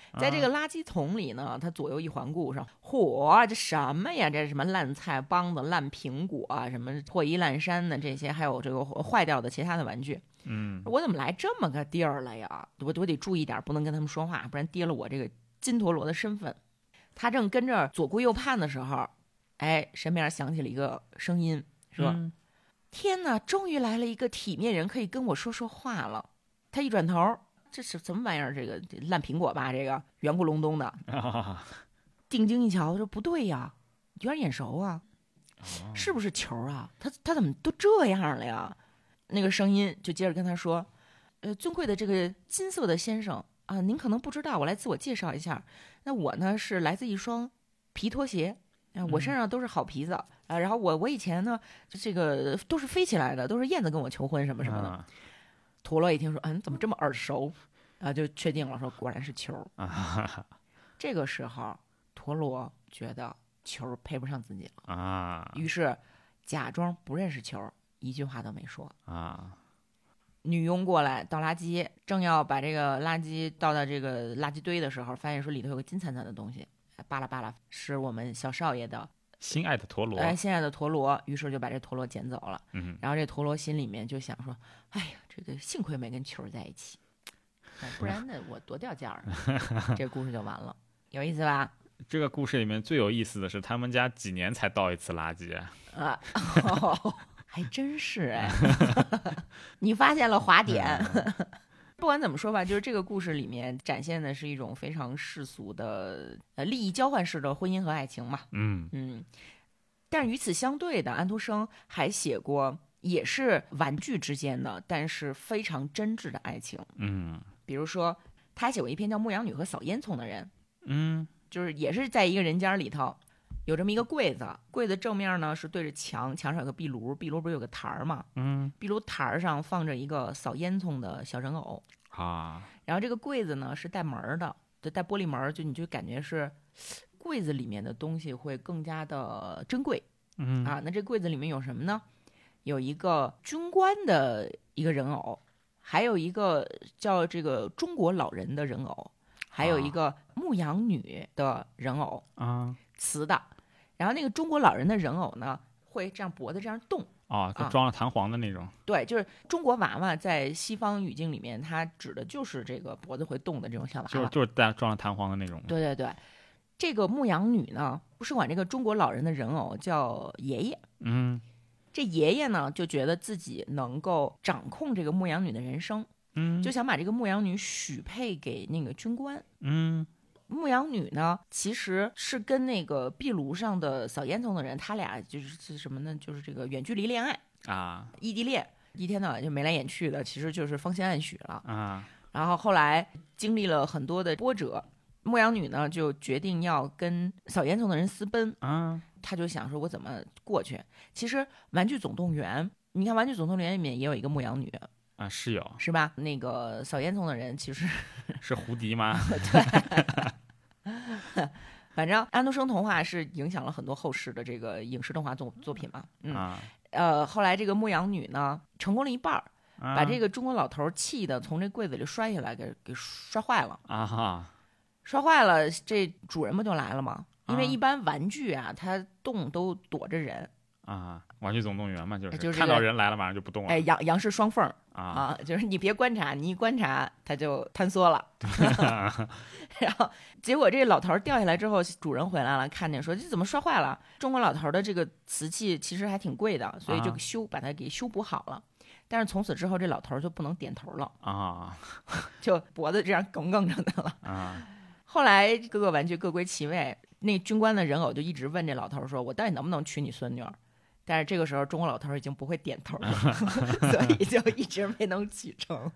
在这个垃圾桶里呢，他左右一环顾上，嚯，这什么呀？这什么烂菜帮子、烂苹果啊，什么破衣烂衫的这些，还有这个坏掉的其他的玩具。我怎么来这么个地儿了呀？我得注意点，不能跟他们说话，不然跌了我这个金陀罗的身份。他正跟着左顾右盼的时候，哎，身边响起了一个声音，说：“天哪，终于来了一个体面人，可以跟我说说话了。”他一转头，这是什么玩意儿？这个烂苹果吧？这个圆咕隆咚的。定睛一瞧，说不对呀，有点眼熟啊，是不是球啊？他怎么都这样了呀？那个声音就接着跟他说：“尊贵的这个金色的先生啊，您可能不知道，我来自我介绍一下。那我呢是来自一双皮拖鞋啊，我身上都是好皮子啊。然后我以前呢，就这个都是飞起来的，都是燕子跟我求婚什么什么的。”陀螺一听说，怎么这么耳熟啊？就确定了，说果然是球。这个时候，陀螺觉得球配不上自己了啊，于是假装不认识球。一句话都没说啊！女佣过来倒垃圾，正要把这个垃圾倒到这个垃圾堆的时候，发现说里头有个金灿灿的东西，巴拉巴拉，是我们小少爷的心爱的陀螺。 心爱的陀螺，于是就把这陀螺捡走了。然后这陀螺心里面就想说：“哎呀，这个幸亏没跟球在一起，不然呢我多掉价儿。”这个故事就完了，有意思吧？ 这个故事里面最有意思的是，他们家几年才倒一次垃圾啊？ 还真是哎，你发现了滑点。不管怎么说吧，就是这个故事里面展现的是一种非常世俗的利益交换式的婚姻和爱情嘛。但是与此相对的，安徒生还写过也是玩具之间的，但是非常真挚的爱情。比如说他还写过一篇叫《牧羊女和扫烟囱的人》。就是也是在一个人家里头。有这么一个柜子，柜子正面呢是对着墙，墙上有个壁炉，壁炉不是有个台儿吗？壁炉台上放着一个扫烟囱的小人偶啊。然后这个柜子呢是带门的，就带玻璃门，就你就感觉是柜子里面的东西会更加的珍贵。那这柜子里面有什么呢？有一个军官的一个人偶，还有一个叫这个中国老人的人偶，还有一个牧羊女的人偶瓷的。然后那个中国老人的人偶呢，会这样脖子这样动就装了弹簧的那种。 对，就是中国娃娃在西方语境里面，它指的就是这个脖子会动的这种小娃娃， 就是装了弹簧的那种。 对对对，这个牧羊女呢，不是管这个中国老人的人偶叫爷爷。这爷爷呢就觉得自己能够掌控这个牧羊女的人生，就想把这个牧羊女许配给那个军官。牧羊女呢，其实是跟那个壁炉上的扫烟囱的人，他俩就是什么呢？就是这个远距离恋爱啊，异地恋，一天到晚就眉来眼去的，其实就是芳心暗许了啊。然后后来经历了很多的波折，牧羊女呢就决定要跟扫烟囱的人私奔啊。她就想说，我怎么过去？其实《玩具总动员》，你看《玩具总动员》里面也有一个牧羊女。 是有， 是吧？那个扫烟囱的人其实是胡迪吗？ 对，反正安徒生童话是影响了很多后世的这个影视动画作品嘛。后来这个牧羊女呢，成功了一半，把这个中国老头气的从这柜子里摔下来，给摔坏了啊！摔坏了，这主人不就来了吗？因为一般玩具啊，它动都躲着人。 玩具总动员嘛， 就是看到人来了马上就不动了。 杨氏双缝就是你别观察，你一观察它就坍缩了。然后结果这老头掉下来之后，主人回来了，看见说这怎么摔坏了？中国老头的这个瓷器其实还挺贵的，所以就把它给修补好了。但是从此之后，这老头就不能点头了就脖子这样梗梗着的了后来各个玩具各归其位，那军官的人偶就一直问这老头说：“我到底能不能娶你孙女儿？”但是这个时候，中国老头已经不会点头了，所以就一直没能娶成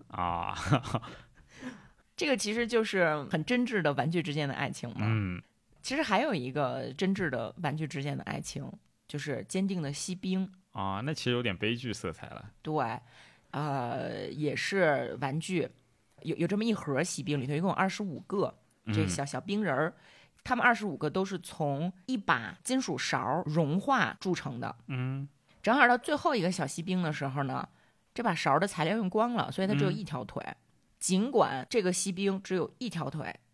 这个其实就是很真挚的玩具之间的爱情嘛。其实还有一个真挚的玩具之间的爱情，就是坚定的锡兵那其实有点悲剧色彩了。 对，也是玩具，有这么一盒锡兵，里头一共25个这小冰人儿。他们25个都是从一把金属勺融化铸成的。正好到最后一个小锡兵的时候呢，这把勺的材料用光了，所以它只有一条腿。尽管这个锡兵只有一条腿，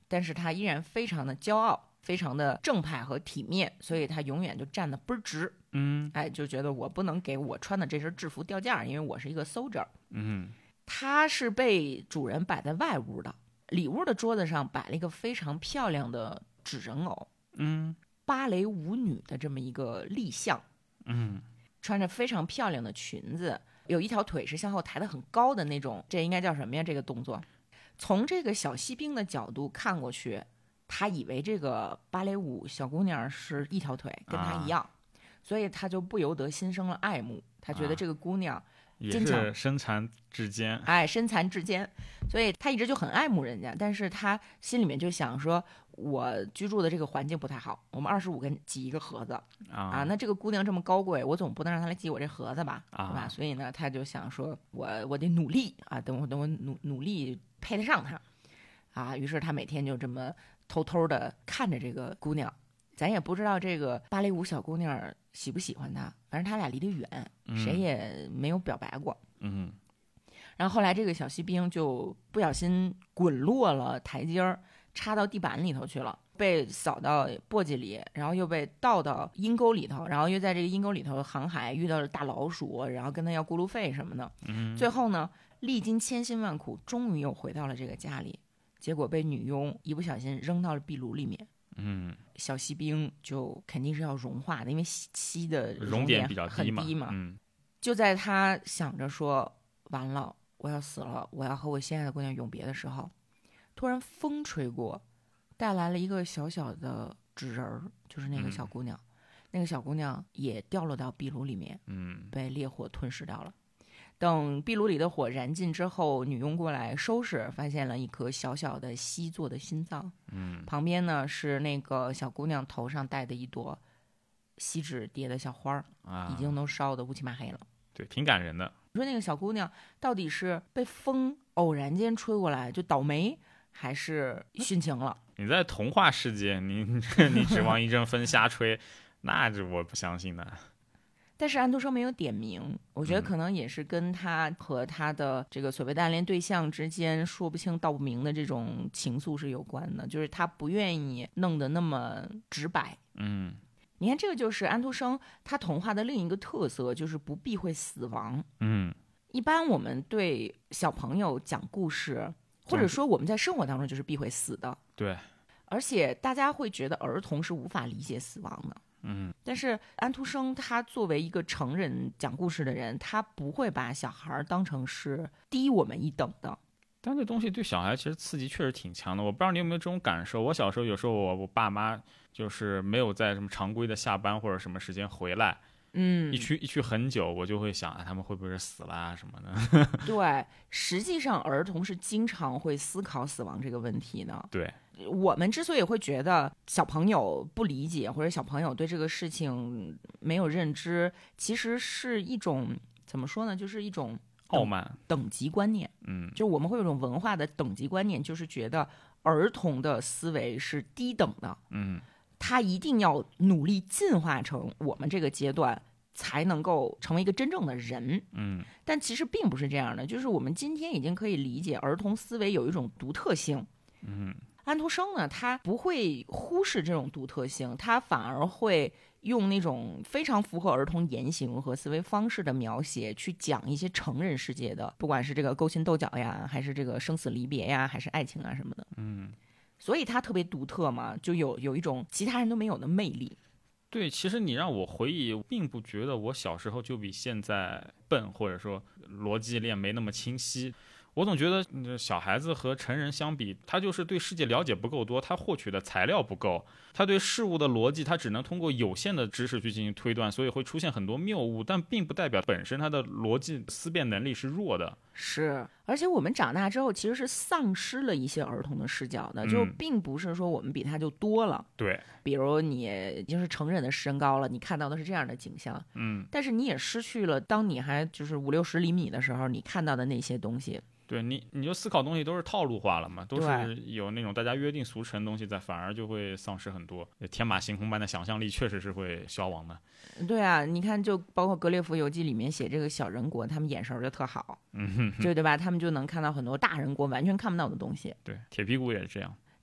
但是他依然非常的骄傲，非常的正派和体面，所以他永远就站得倍儿直。就觉得我不能给我穿的这身制服掉价，因为我是一个 soldier。他是被主人摆在外屋的，里屋的桌子上摆了一个非常漂亮的纸人偶，芭蕾舞女的这么一个立像，穿着非常漂亮的裙子，有一条腿是向后抬得很高的那种，这应该叫什么呀？这个动作，从这个小锡兵的角度看过去，他以为这个芭蕾舞小姑娘是一条腿，跟他一样，所以他就不由得心生了爱慕，他觉得这个姑娘也是身残志坚， 身残志坚，所以他一直就很爱慕人家，但是他心里面就想说，我居住的这个环境不太好，我们25个人挤一个盒子那这个姑娘这么高贵，我总不能让她来挤我这盒子吧，对吧？所以呢，他就想说我得努力等我努力配得上她于是他每天就这么偷偷的看着这个姑娘，咱也不知道这个芭蕾舞小姑娘喜不喜欢他，反正他俩离得远，谁也没有表白过。然后后来这个小锡兵就不小心滚落了台阶儿，插到地板里头去了，被扫到簸箕里，然后又被倒到阴沟里头，然后又在这个阴沟里头航海，遇到了大老鼠，然后跟他要过路费什么的。最后呢，历经千辛万苦，终于又回到了这个家里，结果被女佣一不小心扔到了壁炉里面。小锡兵就肯定是要融化的，因为锡的熔点比较低嘛。就在他想着说完了我要死了，我要和我心爱的姑娘永别的时候，突然风吹过，带来了一个小小的纸人儿，就是那个小姑娘。那个小姑娘也掉落到壁炉里面，被烈火吞噬掉了。等壁炉里的火燃尽之后，女佣过来收拾，发现了一颗小小的锡做的心脏。旁边呢是那个小姑娘头上戴的一朵锡纸叠的小花已经都烧得乌漆嘛黑了。 对，挺感人的。 你说那个小姑娘到底是被风偶然间吹过来就倒霉，还是殉情了？ 你在童话世界，你指望一阵风瞎吹，那是我不相信的。 但是安徒生没有点名，我觉得可能也是跟他和他的这个所谓的暗恋对象之间说不清道不明的这种情愫是有关的，就是他不愿意弄得那么直白。你看这个就是安徒生他童话的另一个特色，就是不避讳死亡。一般我们对小朋友讲故事，或者说我们在生活当中就是避讳死的。 对， 而且大家会觉得儿童是无法理解死亡的。但是安徒生他作为一个成人讲故事的人，他不会把小孩当成是低我们一等的。 但这东西对小孩其实刺激确实挺强的，我不知道你有没有这种感受。我小时候有时候我爸妈就是没有在什么常规的下班或者什么时间回来，一去很久，我就会想他们会不会是死了什么的。 对，实际上儿童是经常会思考死亡这个问题的。 对， 我们之所以会觉得小朋友不理解，或者小朋友对这个事情没有认知，其实是一种怎么说呢，就是一种傲慢等级观念。就我们会有一种文化的等级观念，就是觉得儿童的思维是低等的。他一定要努力进化成我们这个阶段，才能够成为一个真正的人。但其实并不是这样的，就是我们今天已经可以理解儿童思维有一种独特性。安徒生呢，他不会忽视这种独特性，他反而会用那种非常符合儿童言行和思维方式的描写，去讲一些成人世界的，不管是这个勾心斗角呀，还是这个生死离别呀，还是爱情啊什么的。所以他特别独特嘛，就有一种其他人都没有的魅力。 对，其实你让我回忆，并不觉得我小时候就比现在笨，或者说逻辑链没那么清晰。我总觉得小孩子和成人相比，他就是对世界了解不够多，他获取的材料不够，他对事物的逻辑，他只能通过有限的知识去进行推断，所以会出现很多谬误，但并不代表本身他的逻辑思辨能力是弱的。 是，而且我们长大之后其实是丧失了一些儿童的视角的，就并不是说我们比他就多了。 对， 比如你就是成人的身高了，你看到的是这样的景象，但是你也失去了当你还就是50-60厘米的时候你看到的那些东西。 对，你就思考东西都是套路化了嘛，都是有那种大家约定俗成的东西在，反而就会丧失很多，天马行空般的想象力确实是会消亡的。 对啊，你看就包括格列佛游记里面写这个小人国，他们眼神就特好，对吧？他们就能看到很多大人国完全看不到的东西。 对，铁皮鼓也是这样。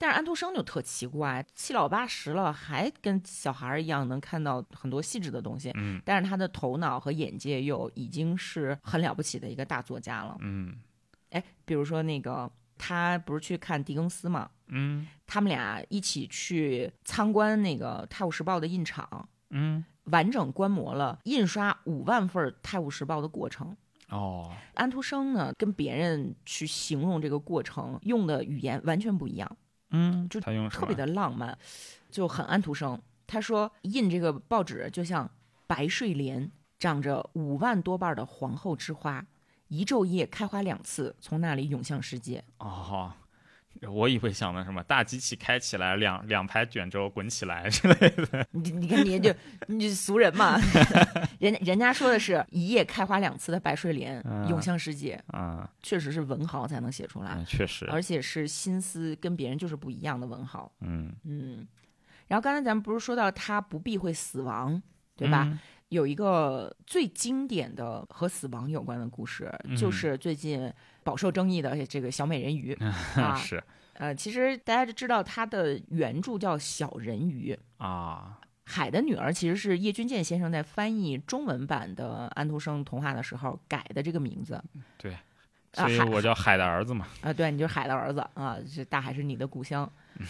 但是安徒生就特奇怪，7老8十了还跟小孩一样能看到很多细致的东西，但是他的头脑和眼界又已经是很了不起的一个大作家了。比如说那个他不是去看狄更斯嘛，他们俩一起去参观那个《泰晤士报》的印厂，完整观摩了印刷5万份《泰晤士报》的过程。安徒生呢跟别人去形容这个过程用的语言完全不一样，就特别的浪漫，就很安徒生。他说印这个报纸就像白睡莲，长着5万多瓣的皇后之花，一昼夜开花2次，从那里涌向世界。 我以为想的什么大机器开起来，两排卷轴滚起来之类的。 你看你俗人嘛，人家说的是一夜开花2次的白睡莲，涌向世界。确实是文豪才能写出来， 确实， 而且是心思跟别人就是不一样的文豪。然后刚才咱们不是说到他不避讳死亡，对吧？有一个最经典的和死亡有关的故事，就是最近饱受争议的这个小美人鱼。 是。 其实大家就知道它的原著叫小人鱼海的女儿其实是叶君健先生在翻译中文版的安徒生童话的时候改的这个名字。 对，所以我叫海的儿子嘛。 对，你就是海的儿子啊，这大海是你的故乡。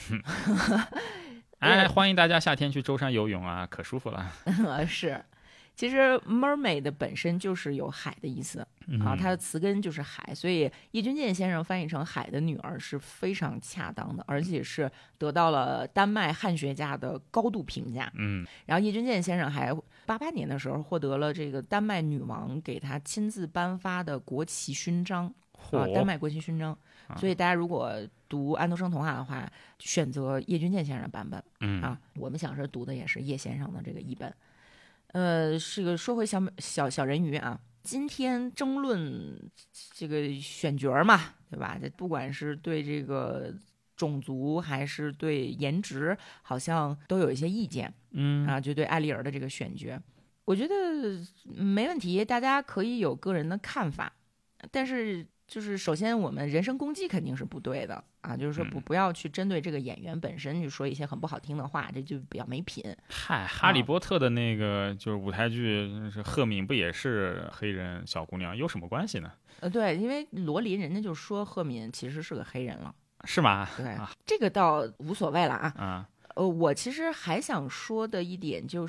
欢迎大家夏天去舟山游泳啊，可舒服了。 是。其实 mermaid 本身就是有海的意思它的词根就是海，所以叶君健先生翻译成海的女儿是非常恰当的，而且是得到了丹麦汉学家的高度评价。然后叶君健先生还88年的时候获得了这个丹麦女王给他亲自颁发的国旗勋章丹麦国旗勋章。所以大家如果读安徒生童话的话，选择叶君健先生的版本我们小时候读的也是叶先生的这个译本。是个说回小人鱼啊，今天争论这个选角嘛，对吧？不管是对这个种族还是对颜值，好像都有一些意见。就对艾丽儿的这个选角，我觉得没问题，大家可以有个人的看法，但是就是首先我们人身攻击肯定是不对的就是说不要去针对这个演员本身就说一些很不好听的话，这就比较没品。 哈利波特的那个就是舞台剧，赫敏不也是黑人小姑娘，有什么关系呢？ 对，因为罗琳人家就说赫敏其实是个黑人了。 是吗？ 对，这个倒无所谓了我其实还想说的一点就是，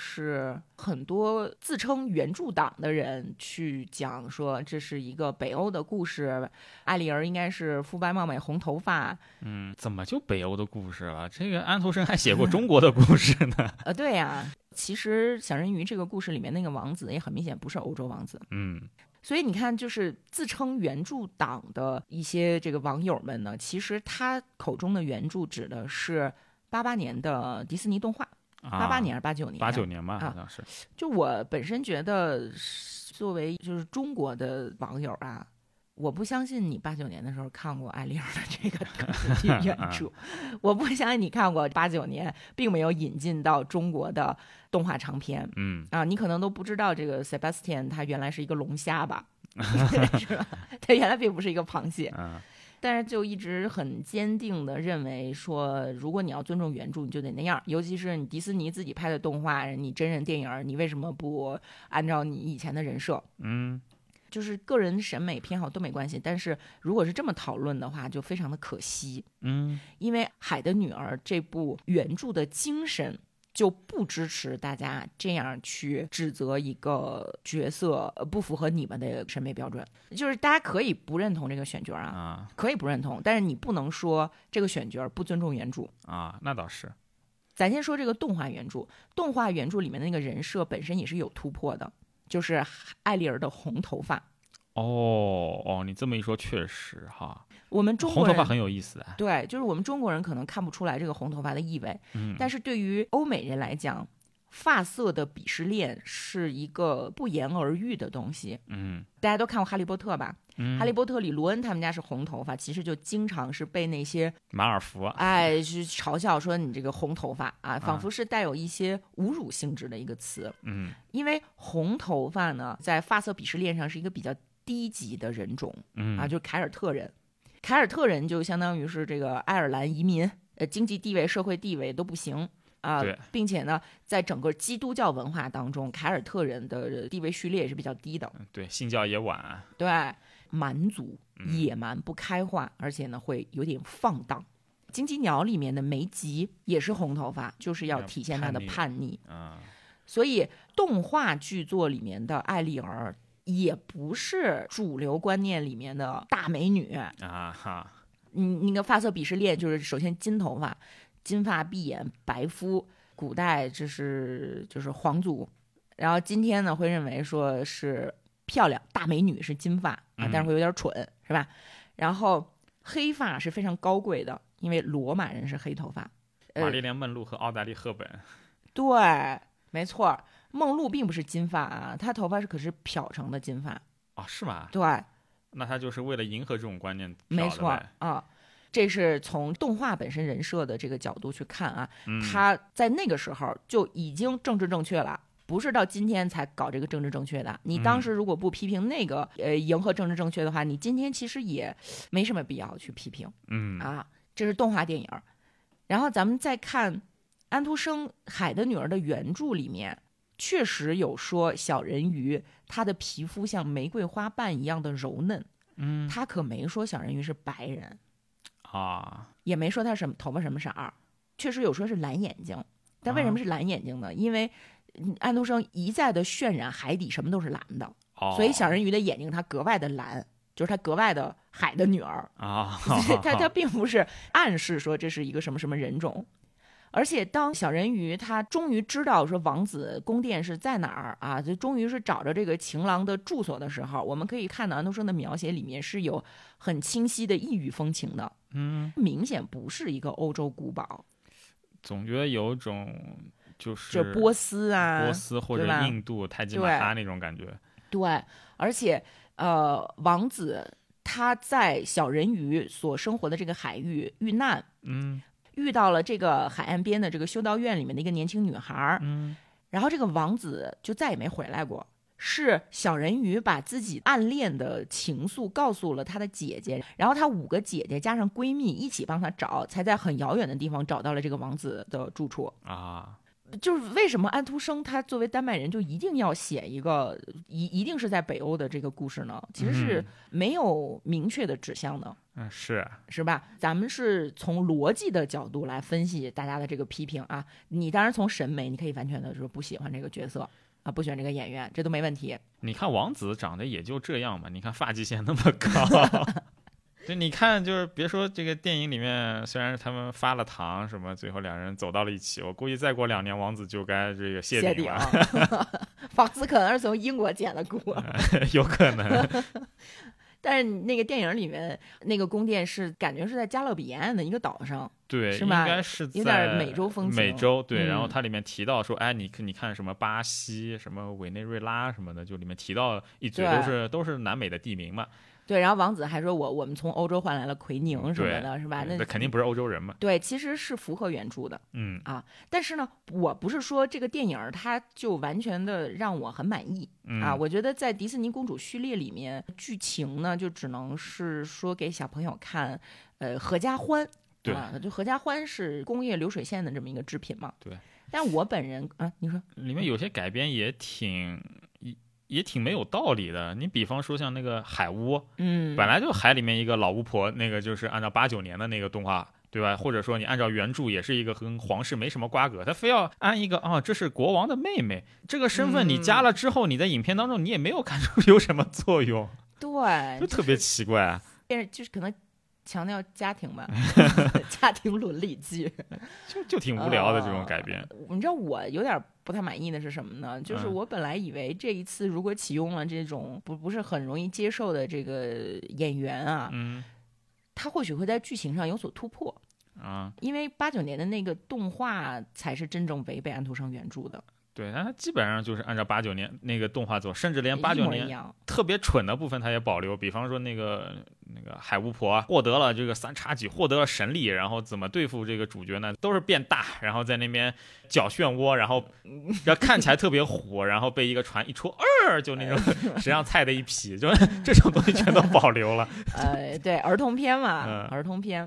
很多自称原著党的人去讲说这是一个北欧的故事，艾丽儿应该是肤白貌美红头发。 怎么就北欧的故事了？这个安徒生还写过中国的故事呢。 对呀，其实小人鱼这个故事里面那个王子也很明显不是欧洲王子。所以你看，就是自称原著党的一些这个网友们呢，其实他口中的原著指的是88年的迪士尼动画，88年还是89年 ？89年吧，好像是。 就我本身觉得，作为就是中国的网友我不相信你89年的时候看过艾丽儿的这个原著，我不相信你看过89年并没有引进到中国的动画长片。你可能都不知道这个 Sebastian 他原来是一个龙虾吧，是吧？他原来并不是一个螃蟹。但是就一直很坚定地认为说，如果你要尊重原著，你就得那样。尤其是你迪士尼自己拍的动画，你真人电影，你为什么不按照你以前的人设？就是个人审美偏好都没关系，但是如果是这么讨论的话，就非常的可惜。因为《海的女儿》这部原著的精神就不支持大家这样去指责一个角色不符合你们的审美标准。就是大家可以不认同这个选角可以不认同，但是你不能说这个选角不尊重原著那倒是。 咱先说这个动画原著，动画原著里面的那个人设本身也是有突破的，就是艾丽儿的红头发。 你这么一说确实我们中国人红头发很有意思的。 对，就是我们中国人可能看不出来这个红头发的意味，但是对于欧美人来讲，发色的鄙视链是一个不言而喻的东西。大家都看过哈利波特吧？哈利波特里罗恩他们家是红头发，其实就经常是被那些马尔福去嘲笑说你这个红头发仿佛是带有一些侮辱性质的一个词。因为红头发呢在发色鄙视链上是一个比较低级的人种就是凯尔特人。凯尔特人就相当于是这个爱尔兰移民经济地位、社会地位都不行啊，并且呢，在整个基督教文化当中，凯尔特人的地位序列也是比较低的。 对，信教也晚。 对，蛮族、野蛮、不开化，而且呢会有点放荡。金鸡鸟里面的梅吉也是红头发，就是要体现她的叛逆啊。 所以动画剧作里面的艾丽儿也不是主流观念里面的大美女啊哈。 那个发色鄙视链就是首先金头发、金发碧眼、白肤，古代就是皇族，然后今天呢会认为说是漂亮大美女是金发啊，但是会有点蠢，是吧？然后黑发是非常高贵的，因为罗马人是黑头发。 玛丽莲·梦露和奥黛丽·赫本。 对，没错，梦露并不是金发啊，她头发可是漂成的金发。 哦，是吗？ 对， 那她就是为了迎合这种观念漂的呗。 没错啊。这是从动画本身人设的这个角度去看啊，他在那个时候就已经政治正确了，不是到今天才搞这个政治正确的。你当时如果不批评那个迎合政治正确的话，你今天其实也没什么必要去批评。啊，这是动画电影。然后咱们再看安徒生《海的女儿》的原著里面，确实有说小人鱼她的皮肤像玫瑰花瓣一样的柔嫩。他可没说小人鱼是白人。 啊， 也没说他头发什么色儿，确实有说是蓝眼睛，但为什么是蓝眼睛呢？因为安徒生一再的渲染海底什么都是蓝的，所以小人鱼的眼睛它格外的蓝，就是它格外的海的女儿啊。它并不是暗示说这是一个什么什么人种。而且当小人鱼他终于知道说王子宫殿是在哪儿啊，就终于是找着这个情郎的住所的时候，我们可以看到安徒生的描写里面是有很清晰的异域风情的。明显不是一个欧洲古堡， 总觉得有种就是波斯啊， 波斯或者印度泰姬玛哈那种感觉。 对，而且王子他在小人鱼所生活的这个海域遇难，遇到了这个海岸边的这个修道院里面的一个年轻女孩，然后这个王子就再也没回来过。是小人鱼把自己暗恋的情愫告诉了他的姐姐，然后他5个姐姐加上闺蜜一起帮他找，才在很遥远的地方找到了这个王子的住处啊。就是为什么安徒生他作为丹麦人就一定要写一个一定是在北欧的这个故事呢？其实是没有明确的指向的。是吧？咱们是从逻辑的角度来分析大家的这个批评啊。你当然从审美，你可以完全的说不喜欢这个角色啊，不喜欢这个演员，这都没问题。 你看王子长得也就这样嘛，你看发际线那么高。就你看，就是别说这个电影里面，虽然他们发了糖什么，最后2人走到了一起，我估计再过2年，王子就该这个谢顶了。 王子可能是从英国捡了锅。 有可能。 但是那个电影里面那个宫殿是感觉是在加勒比沿岸的一个岛上， 对， 是吧？ 应该是在有点美洲风情。 美洲对，然后它里面提到说，哎，你看什么巴西、什么委内瑞拉什么的，就里面提到一嘴都是南美的地名嘛。 对，然后王子还说我们从欧洲换来了奎宁什么的，是吧？ 那肯定不是欧洲人嘛。 对，其实是符合原著的。但是呢，我不是说这个电影它就完全的让我很满意啊。我觉得在迪士尼公主序列里面，剧情呢就只能是说给小朋友看，合家欢。 对啊，就合家欢是工业流水线的这么一个制品嘛。 对。 但我本人啊，你说里面有些改编也挺没有道理的。你比方说像那个海巫，本来就海里面一个老巫婆，那个就是按照89年的那个动画，对吧？或者说你按照原著也是一个跟皇室没什么瓜葛，他非要按一个这是国王的妹妹这个身份，你加了之后，你在影片当中你也没有看出有什么作用， 对， 就特别奇怪。 就是可能强调家庭吧，家庭伦理剧， 就挺无聊的这种改编。 你知道我有点不太满意的是什么呢？就是我本来以为这一次如果启用了这种不是很容易接受的这个演员啊，他或许会在剧情上有所突破啊，因为89年的那个动画才是真正违背安徒生原著的。 对，但他基本上就是按照89年那个动画做，甚至连89年特别蠢的部分他也保留。比方说那个海巫婆获得了这个3叉戟，获得了神力，然后怎么对付这个主角呢？都是变大，然后在那边搅漩涡，然后看起来特别火，然后被一个船一戳，就那种实际上菜的一匹，就这种东西全都保留了。 对，儿童片嘛，儿童片。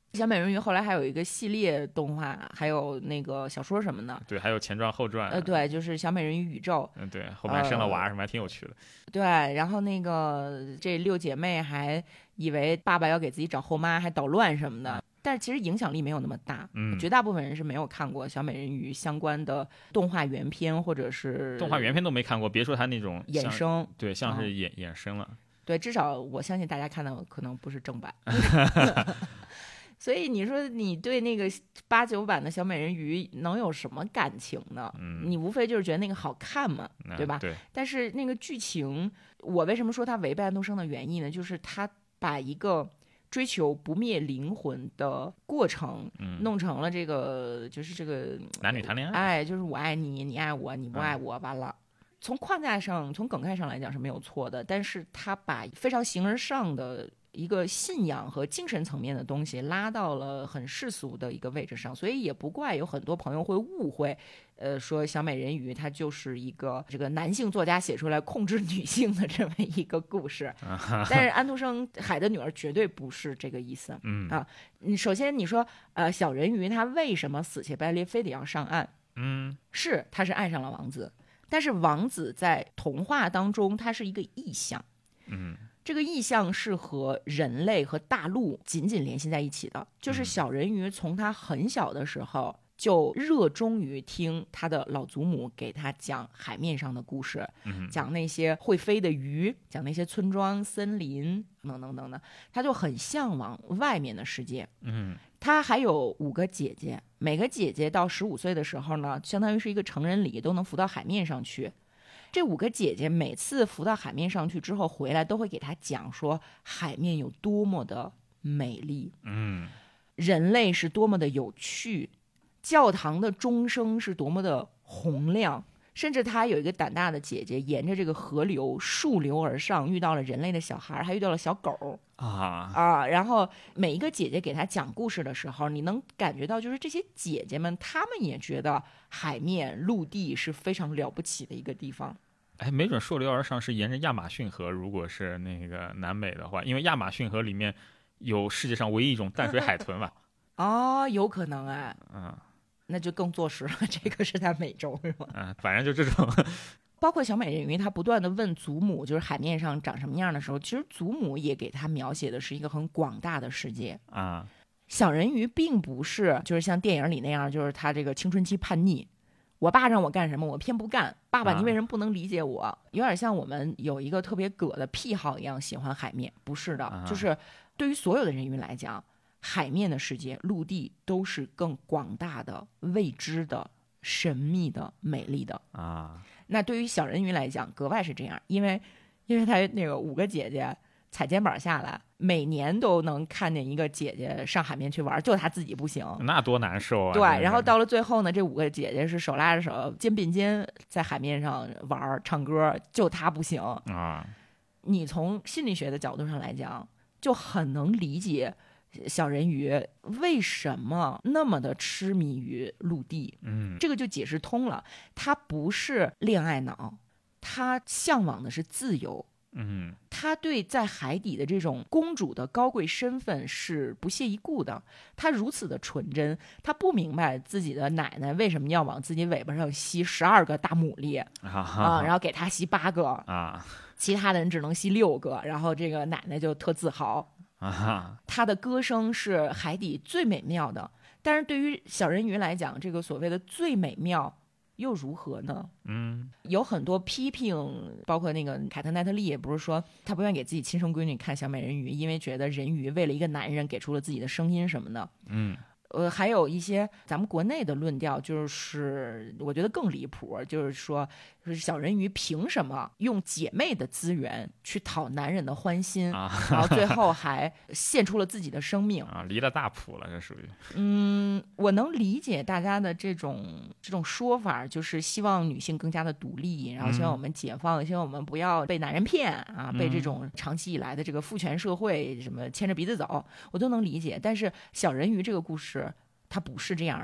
小美人鱼后来还有一个系列动画，还有那个小说什么的。 对，还有前传后传。 对，就是小美人鱼宇宙。 对，后面生了娃什么还挺有趣的。 对，然后那个这6姐妹还以为爸爸要给自己找后妈，还捣乱什么的。但是其实影响力没有那么大，绝大部分人是没有看过小美人鱼相关的动画原片，或者是动画原片都没看过，别说他那种衍生， 对，像是衍生了。 对，至少我相信大家看的可能不是正版。所以你说你对那个8、9版的小美人鱼能有什么感情呢？你无非就是觉得那个好看嘛，对吧？ 对。 但是那个剧情，我为什么说它违背安徒生的原意呢？就是他把一个追求不灭灵魂的过程，弄成了这个就是这个男女谈恋爱， 就是我爱你，你爱我，你不爱我，完了。从框架上，从梗概上来讲是没有错的，但是他把非常形而上的一个信仰和精神层面的东西拉到了很世俗的一个位置上，所以也不怪有很多朋友会误会，说小美人鱼它就是一个这个男性作家写出来控制女性的这么一个故事。但是安徒生《海的女儿》绝对不是这个意思。首先你说小人鱼他为什么死乞白赖非得要上岸？是他是爱上了王子，但是王子在童话当中他是一个意象。这个意象是和人类和大陆紧紧联系在一起的，就是小人鱼从他很小的时候就热衷于听他的老祖母给他讲海面上的故事，讲那些会飞的鱼，讲那些村庄、森林等等等等，他就很向往外面的世界。他还有5个姐姐，每个姐姐到15岁的时候呢，相当于是一个成人礼，都能浮到海面上去。这5个姐姐每次浮到海面上去之后回来，都会给她讲说海面有多么的美丽，人类是多么的有趣，教堂的钟声是多么的洪亮，甚至她有一个胆大的姐姐沿着这个河流溯流而上，遇到了人类的小孩，还遇到了小狗然后每一个姐姐给她讲故事的时候，你能感觉到就是这些姐姐们她们也觉得海面陆地是非常了不起的一个地方。 没准溯流而上是沿着亚马逊河，如果是那个南美的话，因为亚马逊河里面有世界上唯一一种淡水海豚吧。 有可能那就更坐实了，这个是在美洲是吗？ 反正就这种。 包括小美人鱼，她不断的问祖母，就是海面上长什么样的时候，其实祖母也给她描写的是一个很广大的世界小人鱼并不是就是像电影里那样，就是他这个青春期叛逆，我爸让我干什么我偏不干，爸爸你为什么不能理解我？有点像我们有一个特别葛的癖好一样喜欢海面。不是的，就是对于所有的人鱼来讲，海面的世界陆地都是更广大的、未知的、神秘的、美丽的那对于小人鱼来讲格外是这样，因为他那个5个姐姐踩肩膀下来，每年都能看见一个姐姐上海面去玩，就她自己不行， 那多难受啊。 对，然后到了最后呢，这5个姐姐是手拉着手肩并肩在海面上玩唱歌，就她不行你从心理学的角度上来讲，就很能理解小人鱼为什么那么的痴迷于陆地。这个就解释通了，他不是恋爱脑，他向往的是自由。他对在海底的这种公主的高贵身份是不屑一顾的。他如此的纯真，他不明白自己的奶奶为什么要往自己尾巴上吸12个大牡蛎然后给他吸8个其他的人只能吸6个，然后这个奶奶就特自豪他的歌声是海底最美妙的。但是对于小人鱼来讲，这个所谓的最美妙又如何呢？有很多批评，包括那个凯特奈特利也不是说他不愿意给自己亲生闺女看小美人鱼，因为觉得人鱼为了一个男人给出了自己的声音什么的。还有一些咱们国内的论调，就是我觉得更离谱，就是说小人鱼凭什么用姐妹的资源去讨男人的欢心然后最后还献出了自己的生命离了大谱了，这属于我能理解大家的这种说法，就是希望女性更加的独立，然后希望我们解放，希望我们不要被男人骗被这种长期以来的这个父权社会什么牵着鼻子走，我都能理解。但是小人鱼这个故事它不是这样的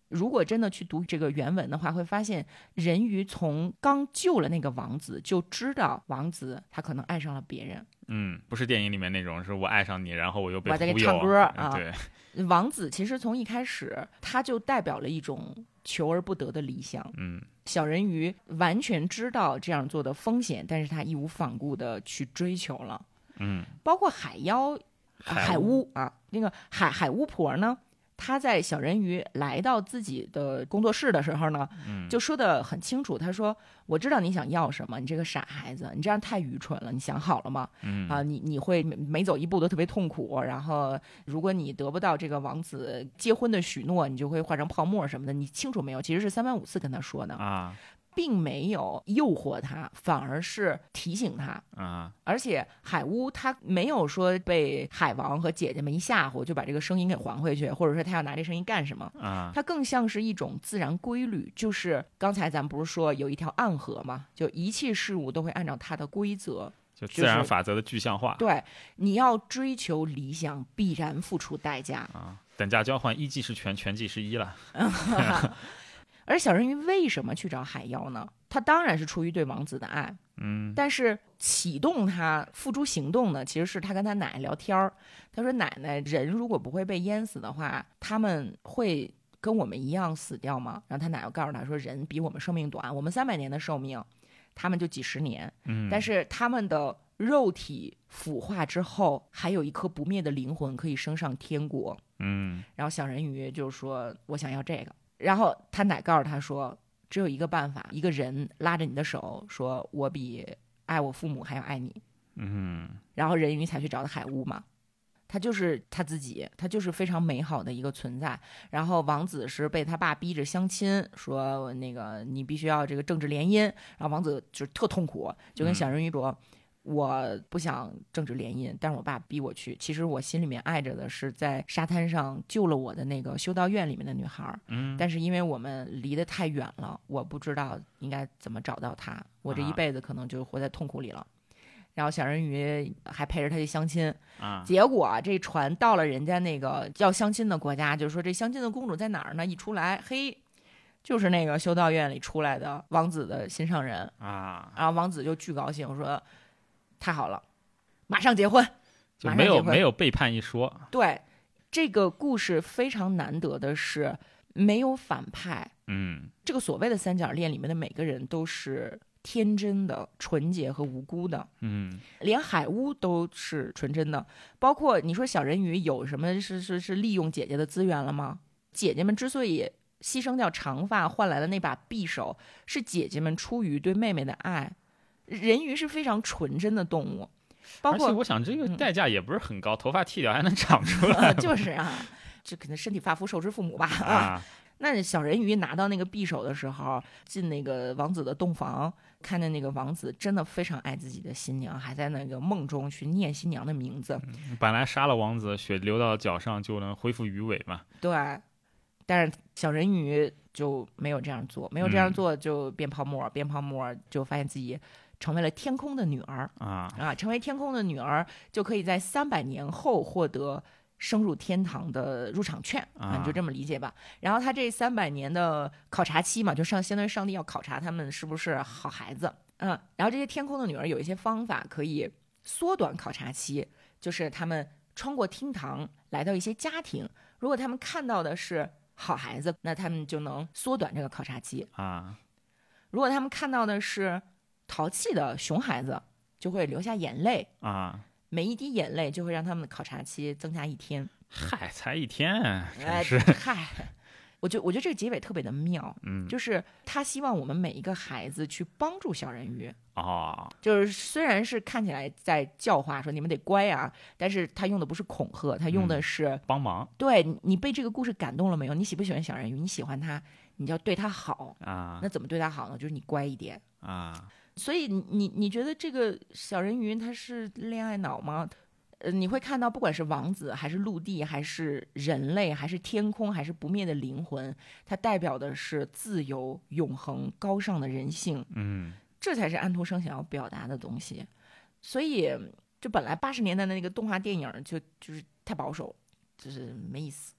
如果真的去读这个原文的话，会发现人鱼从刚救了那个王子就知道王子他可能爱上了别人。 不是电影里面那种是我爱上你然后我又被我在给忽悠唱歌啊。 对， 王子其实从一开始他就代表了一种求而不得的理想。小人鱼完全知道这样做的风险，但是他义无反顾的去追求了。包括海巫啊，那个海巫婆呢，他在小人鱼来到自己的工作室的时候呢，就说得很清楚。他说：“我知道你想要什么，你这个傻孩子，你这样太愚蠢了。你想好了吗？你会每走一步都特别痛苦。然后，如果你得不到这个王子结婚的许诺，你就会化成泡沫什么的。你清楚没有？其实是3番5次跟他说的啊。”并没有诱惑他，反而是提醒他啊！而且海巫他没有说被海王和姐姐们一吓唬就把这个声音给还回去，或者说他要拿这声音干什么啊？他更像是一种自然规律，就是刚才咱们不是说有一条暗河嘛，就一切事物都会按照它的规则， 就自然法则的具象化。 对，你要追求理想，必然付出代价啊！等价交换，一即是全，全即是一了。 而小人鱼为什么去找海妖呢？他当然是出于对王子的爱，但是启动他付诸行动呢，其实是他跟他奶奶聊天儿。他说：“奶奶，人如果不会被淹死的话，他们会跟我们一样死掉吗？”然后他奶奶告诉他说：“人比我们寿命短，我们300年的寿命，他们就几十年。但是他们的肉体腐化之后，还有一颗不灭的灵魂可以升上天国。”然后小人鱼就说：“我想要这个。”然后他奶告诉他说，只有一个办法，一个人拉着你的手说，我比爱我父母还要爱你。然后人鱼才去找的海巫嘛，他就是他自己，他就是非常美好的一个存在。然后王子是被他爸逼着相亲，说那个你必须要这个政治联姻。然后王子就是特痛苦，就跟小人鱼说，我不想政治联姻，但是我爸逼我去。其实我心里面爱着的是在沙滩上救了我的那个修道院里面的女孩，但是因为我们离得太远了，我不知道应该怎么找到她，我这一辈子可能就活在痛苦里了。然后小人鱼还陪着他去相亲，结果这船到了人家那个要相亲的国家，就是说这相亲的公主在哪儿呢？一出来，嘿，就是那个修道院里出来的王子的心上人啊。然后王子就巨高兴，说太好了，马上结婚， 就没有背叛一说。 对，这个故事非常难得的是没有反派。这个所谓的三角恋里面的每个人都是天真的、纯洁和无辜的。连海巫都是纯真的。包括你说小人鱼有什么是利用姐姐的资源了吗？姐姐们之所以牺牲掉长发换来了那把匕首，是姐姐们出于对妹妹的爱。人鱼是非常纯真的动物，包括而且我想这个代价也不是很高，头发剃掉还能长出来。 就是啊，这可能身体发肤受之父母吧啊。那小人鱼拿到那个匕首的时候，进那个王子的洞房，看见那个王子真的非常爱自己的新娘，还在那个梦中去念新娘的名字。 本来杀了王子，血流到脚上就能恢复鱼尾嘛。 对，但是小人鱼就没有这样做，没有这样做就变泡沫，变泡沫就发现自己成为了天空的女儿成为天空的女儿就可以在300年后获得升入天堂的入场券你就这么理解吧。然后他这300年的考察期嘛，就相当于上帝要考察他们是不是好孩子。然后这些天空的女儿有一些方法可以缩短考察期，就是他们穿过厅堂来到一些家庭，如果他们看到的是好孩子，那他们就能缩短这个考察期如果他们看到的是淘气的熊孩子，就会流下眼泪每一滴眼泪就会让他们的考察期增加1天。 嗨，才1天，真是嗨。我觉得这个结尾特别的妙，就是他希望我们每一个孩子去帮助小人鱼就是虽然是看起来在教化说你们得乖啊，但是他用的不是恐吓，他用的是帮忙。 对，你被这个故事感动了没有？你喜不喜欢小人鱼？你喜欢他，你就要对他好那怎么对他好呢？就是你乖一点所以你觉得这个小人鱼他是恋爱脑吗？你会看到不管是王子还是陆地还是人类还是天空还是不灭的灵魂，它代表的是自由、永恒、高尚的人性这才是安徒生想要表达的东西。所以就本来80年代的那个动画电影就是太保守，就是没意思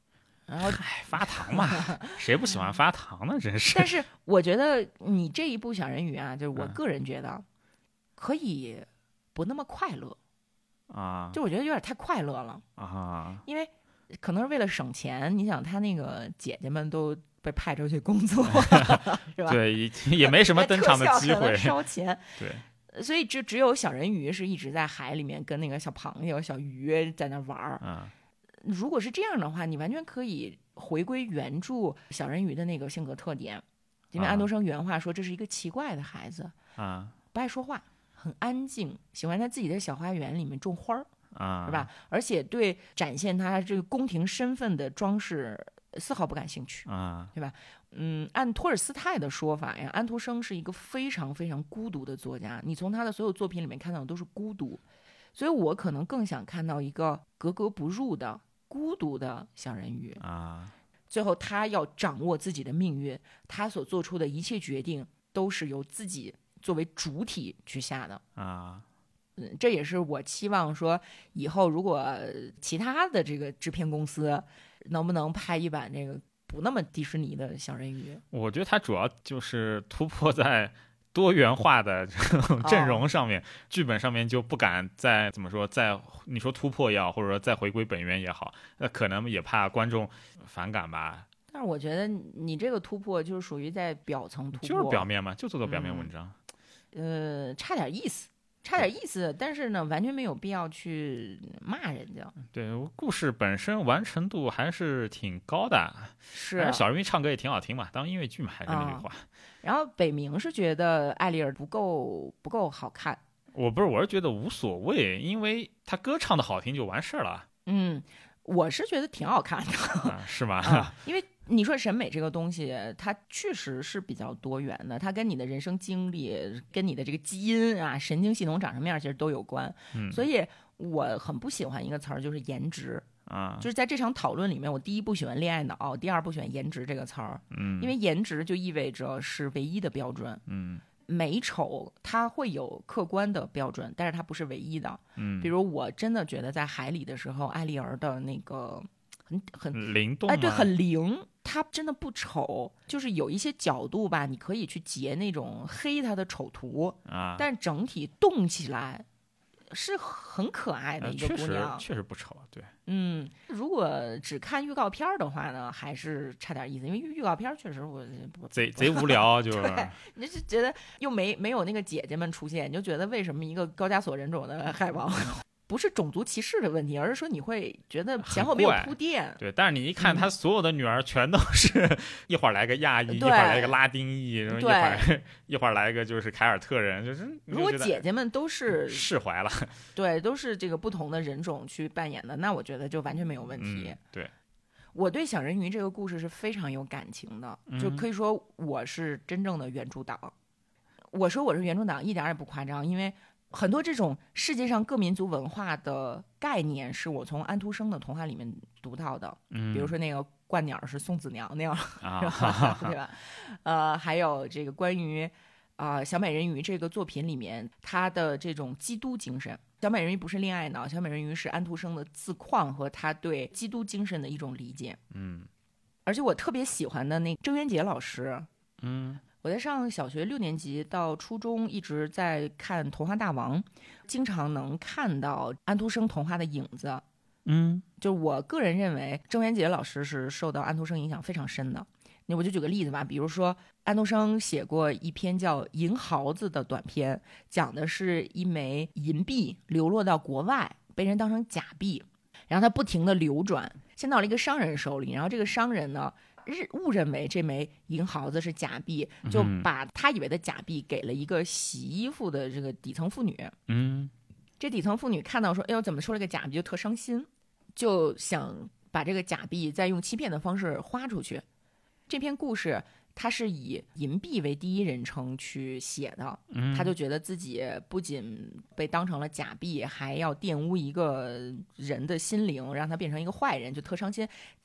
然后发糖嘛，谁不喜欢发糖呢？真是。 但是我觉得你这一部小人鱼啊，就是我个人觉得可以不那么快乐啊， 就我觉得有点太快乐了啊， 因为可能是为了省钱，你想他那个姐姐们都被派出去工作，是吧？ 对，也没什么登场的机会， 烧钱。 对， 所以只有小人鱼是一直在海里面跟那个小螃蟹、小鱼在那玩儿。如果是这样的话，你完全可以回归原著小人鱼的那个性格特点，因为安徒生原话说这是一个奇怪的孩子不爱说话，很安静，喜欢在自己的小花园里面种花儿。是吧？而且对展现他这个宫廷身份的装饰丝毫不感兴趣对吧？按托尔斯泰的说法呀，安徒生是一个非常非常孤独的作家，你从他的所有作品里面看到的都是孤独，所以我可能更想看到一个格格不入的孤独的小人鱼最后他要掌握自己的命运，他所做出的一切决定都是由自己作为主体去下的这也是我期望说以后如果其他的这个制片公司能不能拍一版这个不那么迪士尼的小人鱼。 我觉得它主要就是突破在多元化的这种阵容上面，剧本上面就不敢再怎么说，再你说突破也好，或者说再回归本源也好，那可能也怕观众反感吧。 但是我觉得你这个突破就是属于在表层突破， 就是表面嘛，就做表面文章。 差点意思。但是呢，完全没有必要去骂人家。 对，故事本身完成度还是挺高的。 是， 小人鱼唱歌也挺好听嘛，当音乐剧嘛，还是那句话。 然后北冥是觉得艾丽尔不够好看。 我是觉得无所谓，因为他歌唱的好听就完事儿了。 我是觉得挺好看的。 是吗？ 因为你说审美这个东西，它确实是比较多元的，它跟你的人生经历、跟你的这个基因啊、神经系统长什么样，其实都有关。所以我很不喜欢一个词儿，就是颜值就是在这场讨论里面，我第一不喜欢恋爱脑，第二不喜欢颜值这个词儿。因为颜值就意味着是唯一的标准。美丑它会有客观的标准，但是它不是唯一的。比如我真的觉得在海里的时候，艾丽儿的那个很灵动， 对，很灵，它真的不丑，就是有一些角度吧，你可以去截那种黑它的丑图但整体动起来是很可爱的一个姑娘， 确实不丑，对。 如果只看预告片的话呢，还是差点意思，因为预告片确实我贼无聊，就是你就觉得又没有那个姐姐们出现，你就觉得为什么一个高加索人种的海王不是种族歧视的问题，而是说你会觉得前后没有铺垫。 对，但是你一看他所有的女儿全都是一会儿来个亚裔，一会儿来个拉丁裔，然后一会儿来个就是凯尔特人，就是如果姐姐们都是释怀了， 对，都是这个不同的人种去扮演的，那我觉得就完全没有问题。 对， 我对小人鱼这个故事是非常有感情的，就可以说我是真正的原著党。我说我是原著党一点也不夸张，因为很多这种世界上各民族文化的概念是我从安徒生的童话里面读到的，比如说那个鹳鸟是送子娘娘对吧？还有这个关于小美人鱼这个作品里面它的这种基督精神。小美人鱼不是恋爱脑，小美人鱼是安徒生的自况和他对基督精神的一种理解。而且我特别喜欢的那郑渊洁老师，我在上小学6年级到初中一直在看《童话大王》，经常能看到安徒生童话的影子。就我个人认为郑渊洁老师是受到安徒生影响非常深的。我就举个例子吧，比如说安徒生写过一篇叫《银毫子》的短篇，讲的是一枚银币流落到国外，被人当成假币，然后它不停地流转，先到了一个商人手里，然后这个商人呢误认为这枚银毫子是假币，就把他以为的假币给了一个洗衣服的这个底层妇女。这底层妇女看到说，哎呦，怎么收了个假币，就特伤心，就想把这个假币再用欺骗的方式花出去。这篇故事他是以银币为第一人称去写的，他就觉得自己不仅被当成了假币，还要玷污一个人的心灵，让他变成一个坏人，就特伤心。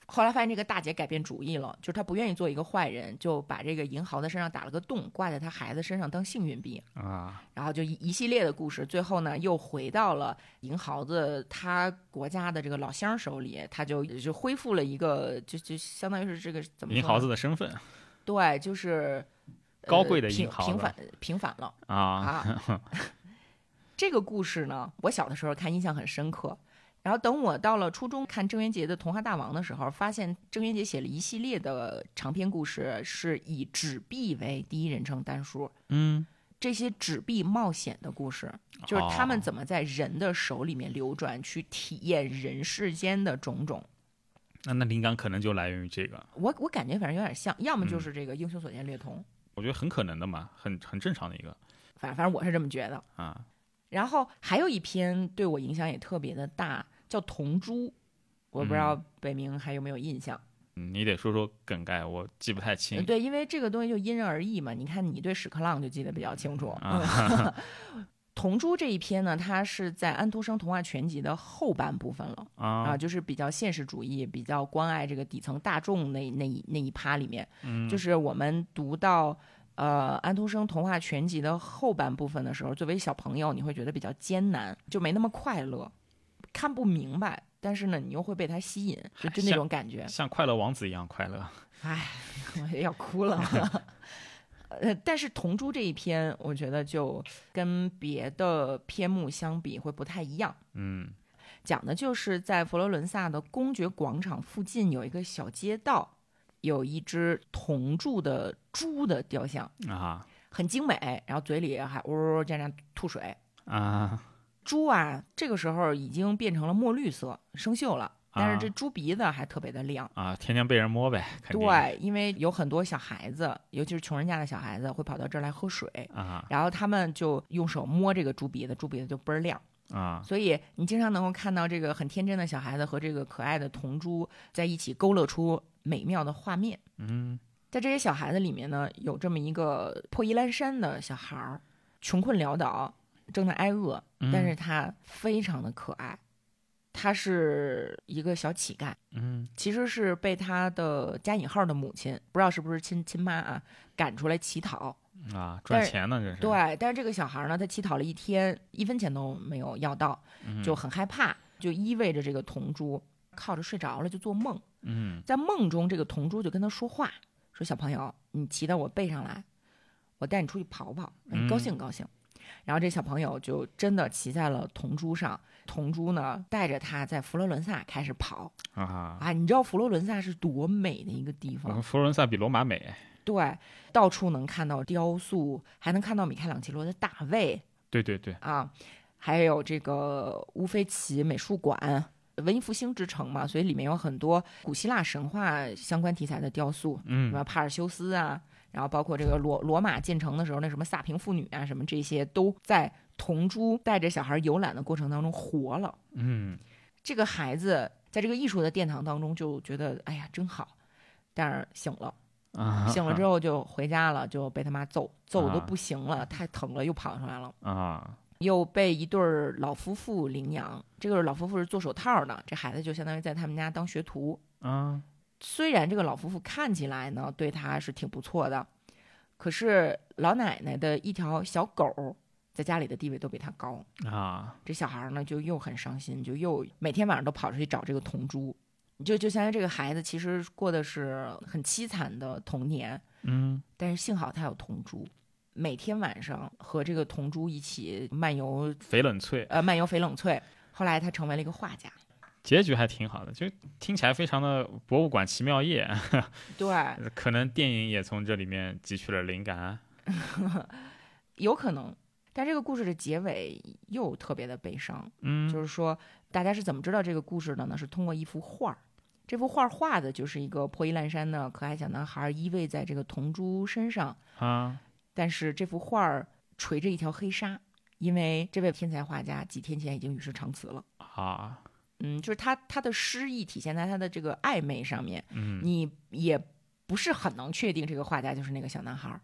后来发现这个大姐改变主意了，就是她不愿意做一个坏人，就把这个银豪的身上打了个洞，挂在她孩子身上当幸运币啊。 然后就一系列的故事，最后呢又回到了银豪子他国家的这个老乡手里，他就恢复了一个就相当于是这个怎么说银豪子的身份， 对，就是高贵的银豪子平反了啊。 这个故事呢，我小的时候看印象很深刻。然后等我到了初中看郑渊洁的《童话大王》的时候，发现郑渊洁写了一系列的长篇故事，是以纸币为第一人称单数。这些纸币冒险的故事，就是他们怎么在人的手里面流转，去体验人世间的种种。 那灵感可能就来源于这个。 我感觉反正有点像，要么就是这个英雄所见略同。 我觉得很可能的嘛，很正常的一个。 反正我是这么觉得啊。 然后还有一篇对我影响也特别的大，叫《童珠》，我不知道北明还有没有印象。 你得说说梗概，我记不太清。 对，因为这个东西就因人而异嘛。你看你对屎壳郎就记得比较清楚。童珠这一篇呢，它是在安徒生童话全集的后半部分了就是比较现实主义，比较关爱这个底层大众那一趴里面。就是我们读到安徒生童话全集的后半部分的时候，作为小朋友你会觉得比较艰难，就没那么快乐，看不明白，但是呢你又会被它吸引，就那种感觉像快乐王子一样快乐。 哎，我也要哭了。但是童珠这一篇我觉得就跟别的篇目相比会不太一样。讲的就是在佛罗伦萨的公爵广场附近有一个小街道，有一只铜铸的猪的雕像很精美，然后嘴里还呜呜这样吐水猪这个时候已经变成了墨绿色，生锈了，但是这猪鼻子还特别的亮天天被人摸呗。 对，因为有很多小孩子，尤其是穷人家的小孩子会跑到这儿来喝水然后他们就用手摸这个猪鼻子，猪鼻子就倍儿亮所以你经常能够看到这个很天真的小孩子和这个可爱的铜猪在一起勾勒出美妙的画面。在这些小孩子里面呢，有这么一个破衣烂衫的小孩，穷困潦倒，正在挨饿，但是他非常的可爱。他是一个小乞丐，其实是被他的加引号的母亲，不知道是不是亲妈赶出来乞讨赚钱呢，这是。 对，但是这个小孩呢，他乞讨了一天，1分钱都没有要到，就很害怕，就依偎着这个铜珠，靠着睡着了，就做梦。在梦中，这个铜珠就跟他说话，说小朋友，你骑到我背上来，我带你出去跑跑，你高兴高兴。然后这小朋友就真的骑在了铜珠上，铜珠呢带着他在佛罗伦萨开始跑你知道佛罗伦萨是多美的一个地方？ 佛罗伦萨比罗马美。 对，到处能看到雕塑，还能看到米开朗基罗的大卫。 对还有这个乌菲齐美术馆，文艺复兴之城嘛，所以里面有很多古希腊神话相关题材的雕塑，什么帕尔修斯然后包括这个罗马进城的时候，那什么萨平妇女什么这些都在铜珠带着小孩游览的过程当中活了。这个孩子在这个艺术的殿堂当中就觉得哎呀真好，但是醒了之后就回家了，就被他妈揍都不行了，太疼了，又跑出来了又被一对老夫妇领养。这个老夫妇是做手套的，这孩子就相当于在他们家当学徒虽然这个老夫妇看起来呢对他是挺不错的，可是老奶奶的一条小狗在家里的地位都比他高这小孩呢就又很伤心，就又每天晚上都跑出去找这个铜珠，就相当于这个孩子其实过的是很凄惨的童年但是幸好他有铜珠，每天晚上和这个铜珠一起漫游翡冷翠后来他成为了一个画家。 结局还挺好的，就听起来非常的博物馆奇妙夜。 对， 可能电影也从这里面汲取了灵感。 有可能。但这个故事的结尾又特别的悲伤就是说大家是怎么知道这个故事的呢？是通过一幅画，这幅画画的就是一个破衣烂衫的可爱小男孩依偎在这个铜珠身上但是这幅画垂着一条黑纱，因为这位天才画家几天前已经与世长辞了就是他的诗意体现在他的这个暧昧上面你也不是很能确定这个画家就是那个小男孩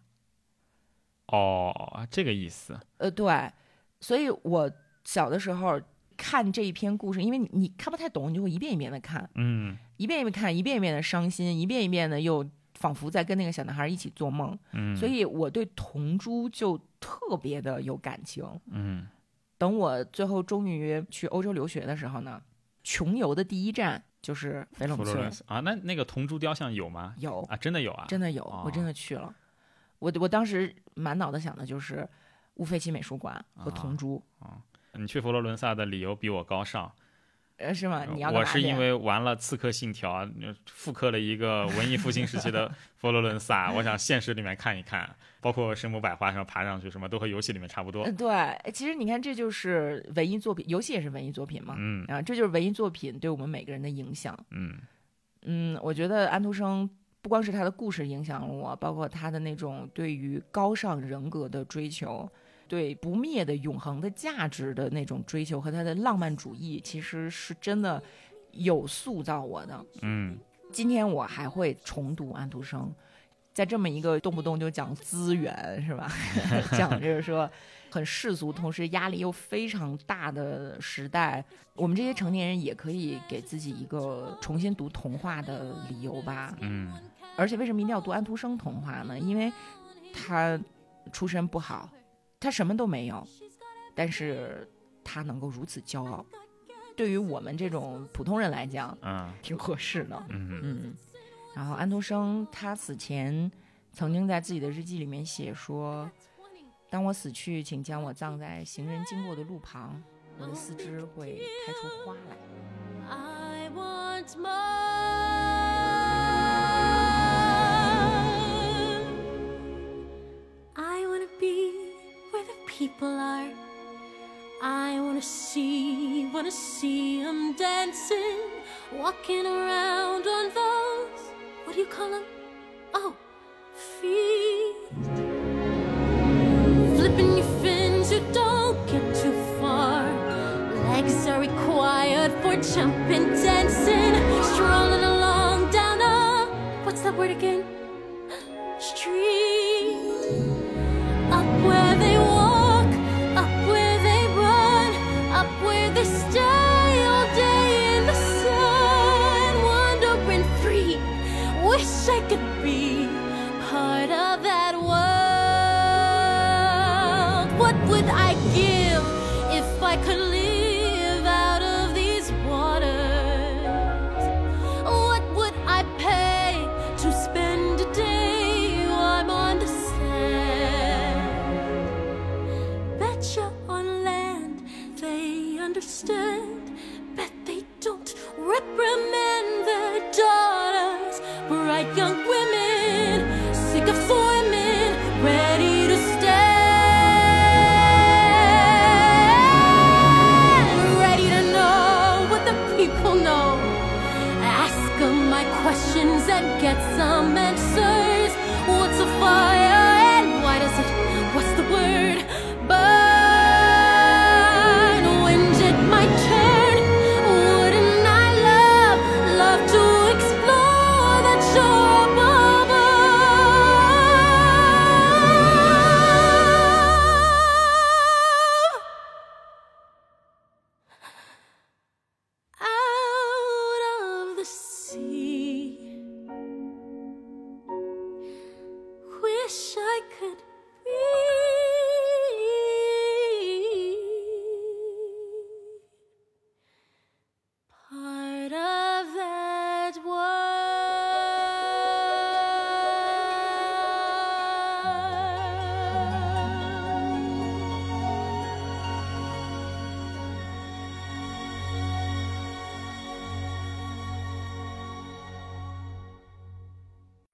这个意思对，所以我小的时候看这一篇故事，因为你看不太懂，你就会一遍一遍的看一遍一遍看，一遍一遍的伤心，一遍一遍的又仿佛在跟那个小男孩一起做梦。所以我对童珠就特别的有感情。等我最后终于去欧洲留学的时候呢，穷游的第一站就是佛罗伦斯啊。那个童珠雕像有吗？ 有啊，真的有啊， 真的有，我真的去了。我当时满脑子想的就是乌菲齐美术馆和童珠。 你去佛罗伦萨的理由比我高尚。 是吗？你要干嘛？ 我是因为玩了《刺客信条》，复刻了一个文艺复兴时期的佛罗伦萨，我想现实里面看一看，包括圣母百花上爬上去什么，都和游戏里面差不多。 对，其实你看，这就是文艺作品，游戏也是文艺作品嘛。这就是文艺作品对我们每个人的影响。我觉得安徒生不光是他的故事影响了我，包括他的那种对于高尚人格的追求，对不灭的永恒的价值的那种追求和他的浪漫主义，其实是真的有塑造我的。今天我还会重读安徒生，在这么一个动不动就讲资源是吧讲就是说很世俗同时压力又非常大的时代，我们这些成年人也可以给自己一个重新读童话的理由吧。而且为什么一定要读安徒生童话呢？因为他出身不好，他什么都没有，但是他能够如此骄傲，对于我们这种普通人来讲挺合适的。然后安徒生他死前曾经在自己的日记里面写说，当我死去，请将我葬在行人经过的路旁，我的四肢会开出花来。 I want more. I want to be where the people are. I want to see them dancing, walking around on those, what do you call them? Oh, feet. Flipping your fins, you don't get too far. Legs are required for jumping, dancing, strolling along down a, what's that word again? Street. Up where they walk, up where they run, up where they stay all day in the sun, wandering free. Wish I could be part of that world. What would I give if I could live out of these waters? What would I pay to spend a day while I'm on the sand? Betcha on land they understand, bet they don't reprimand their daughters. Bright young women, sick of swimming, ready to stand, ready to know what the people know. Ask them my questions and get some answers. What's a fire and why does it, what's the word, burn? When did my turn? Wouldn't I love to explore that shore above us? Out of the sea. Wish I could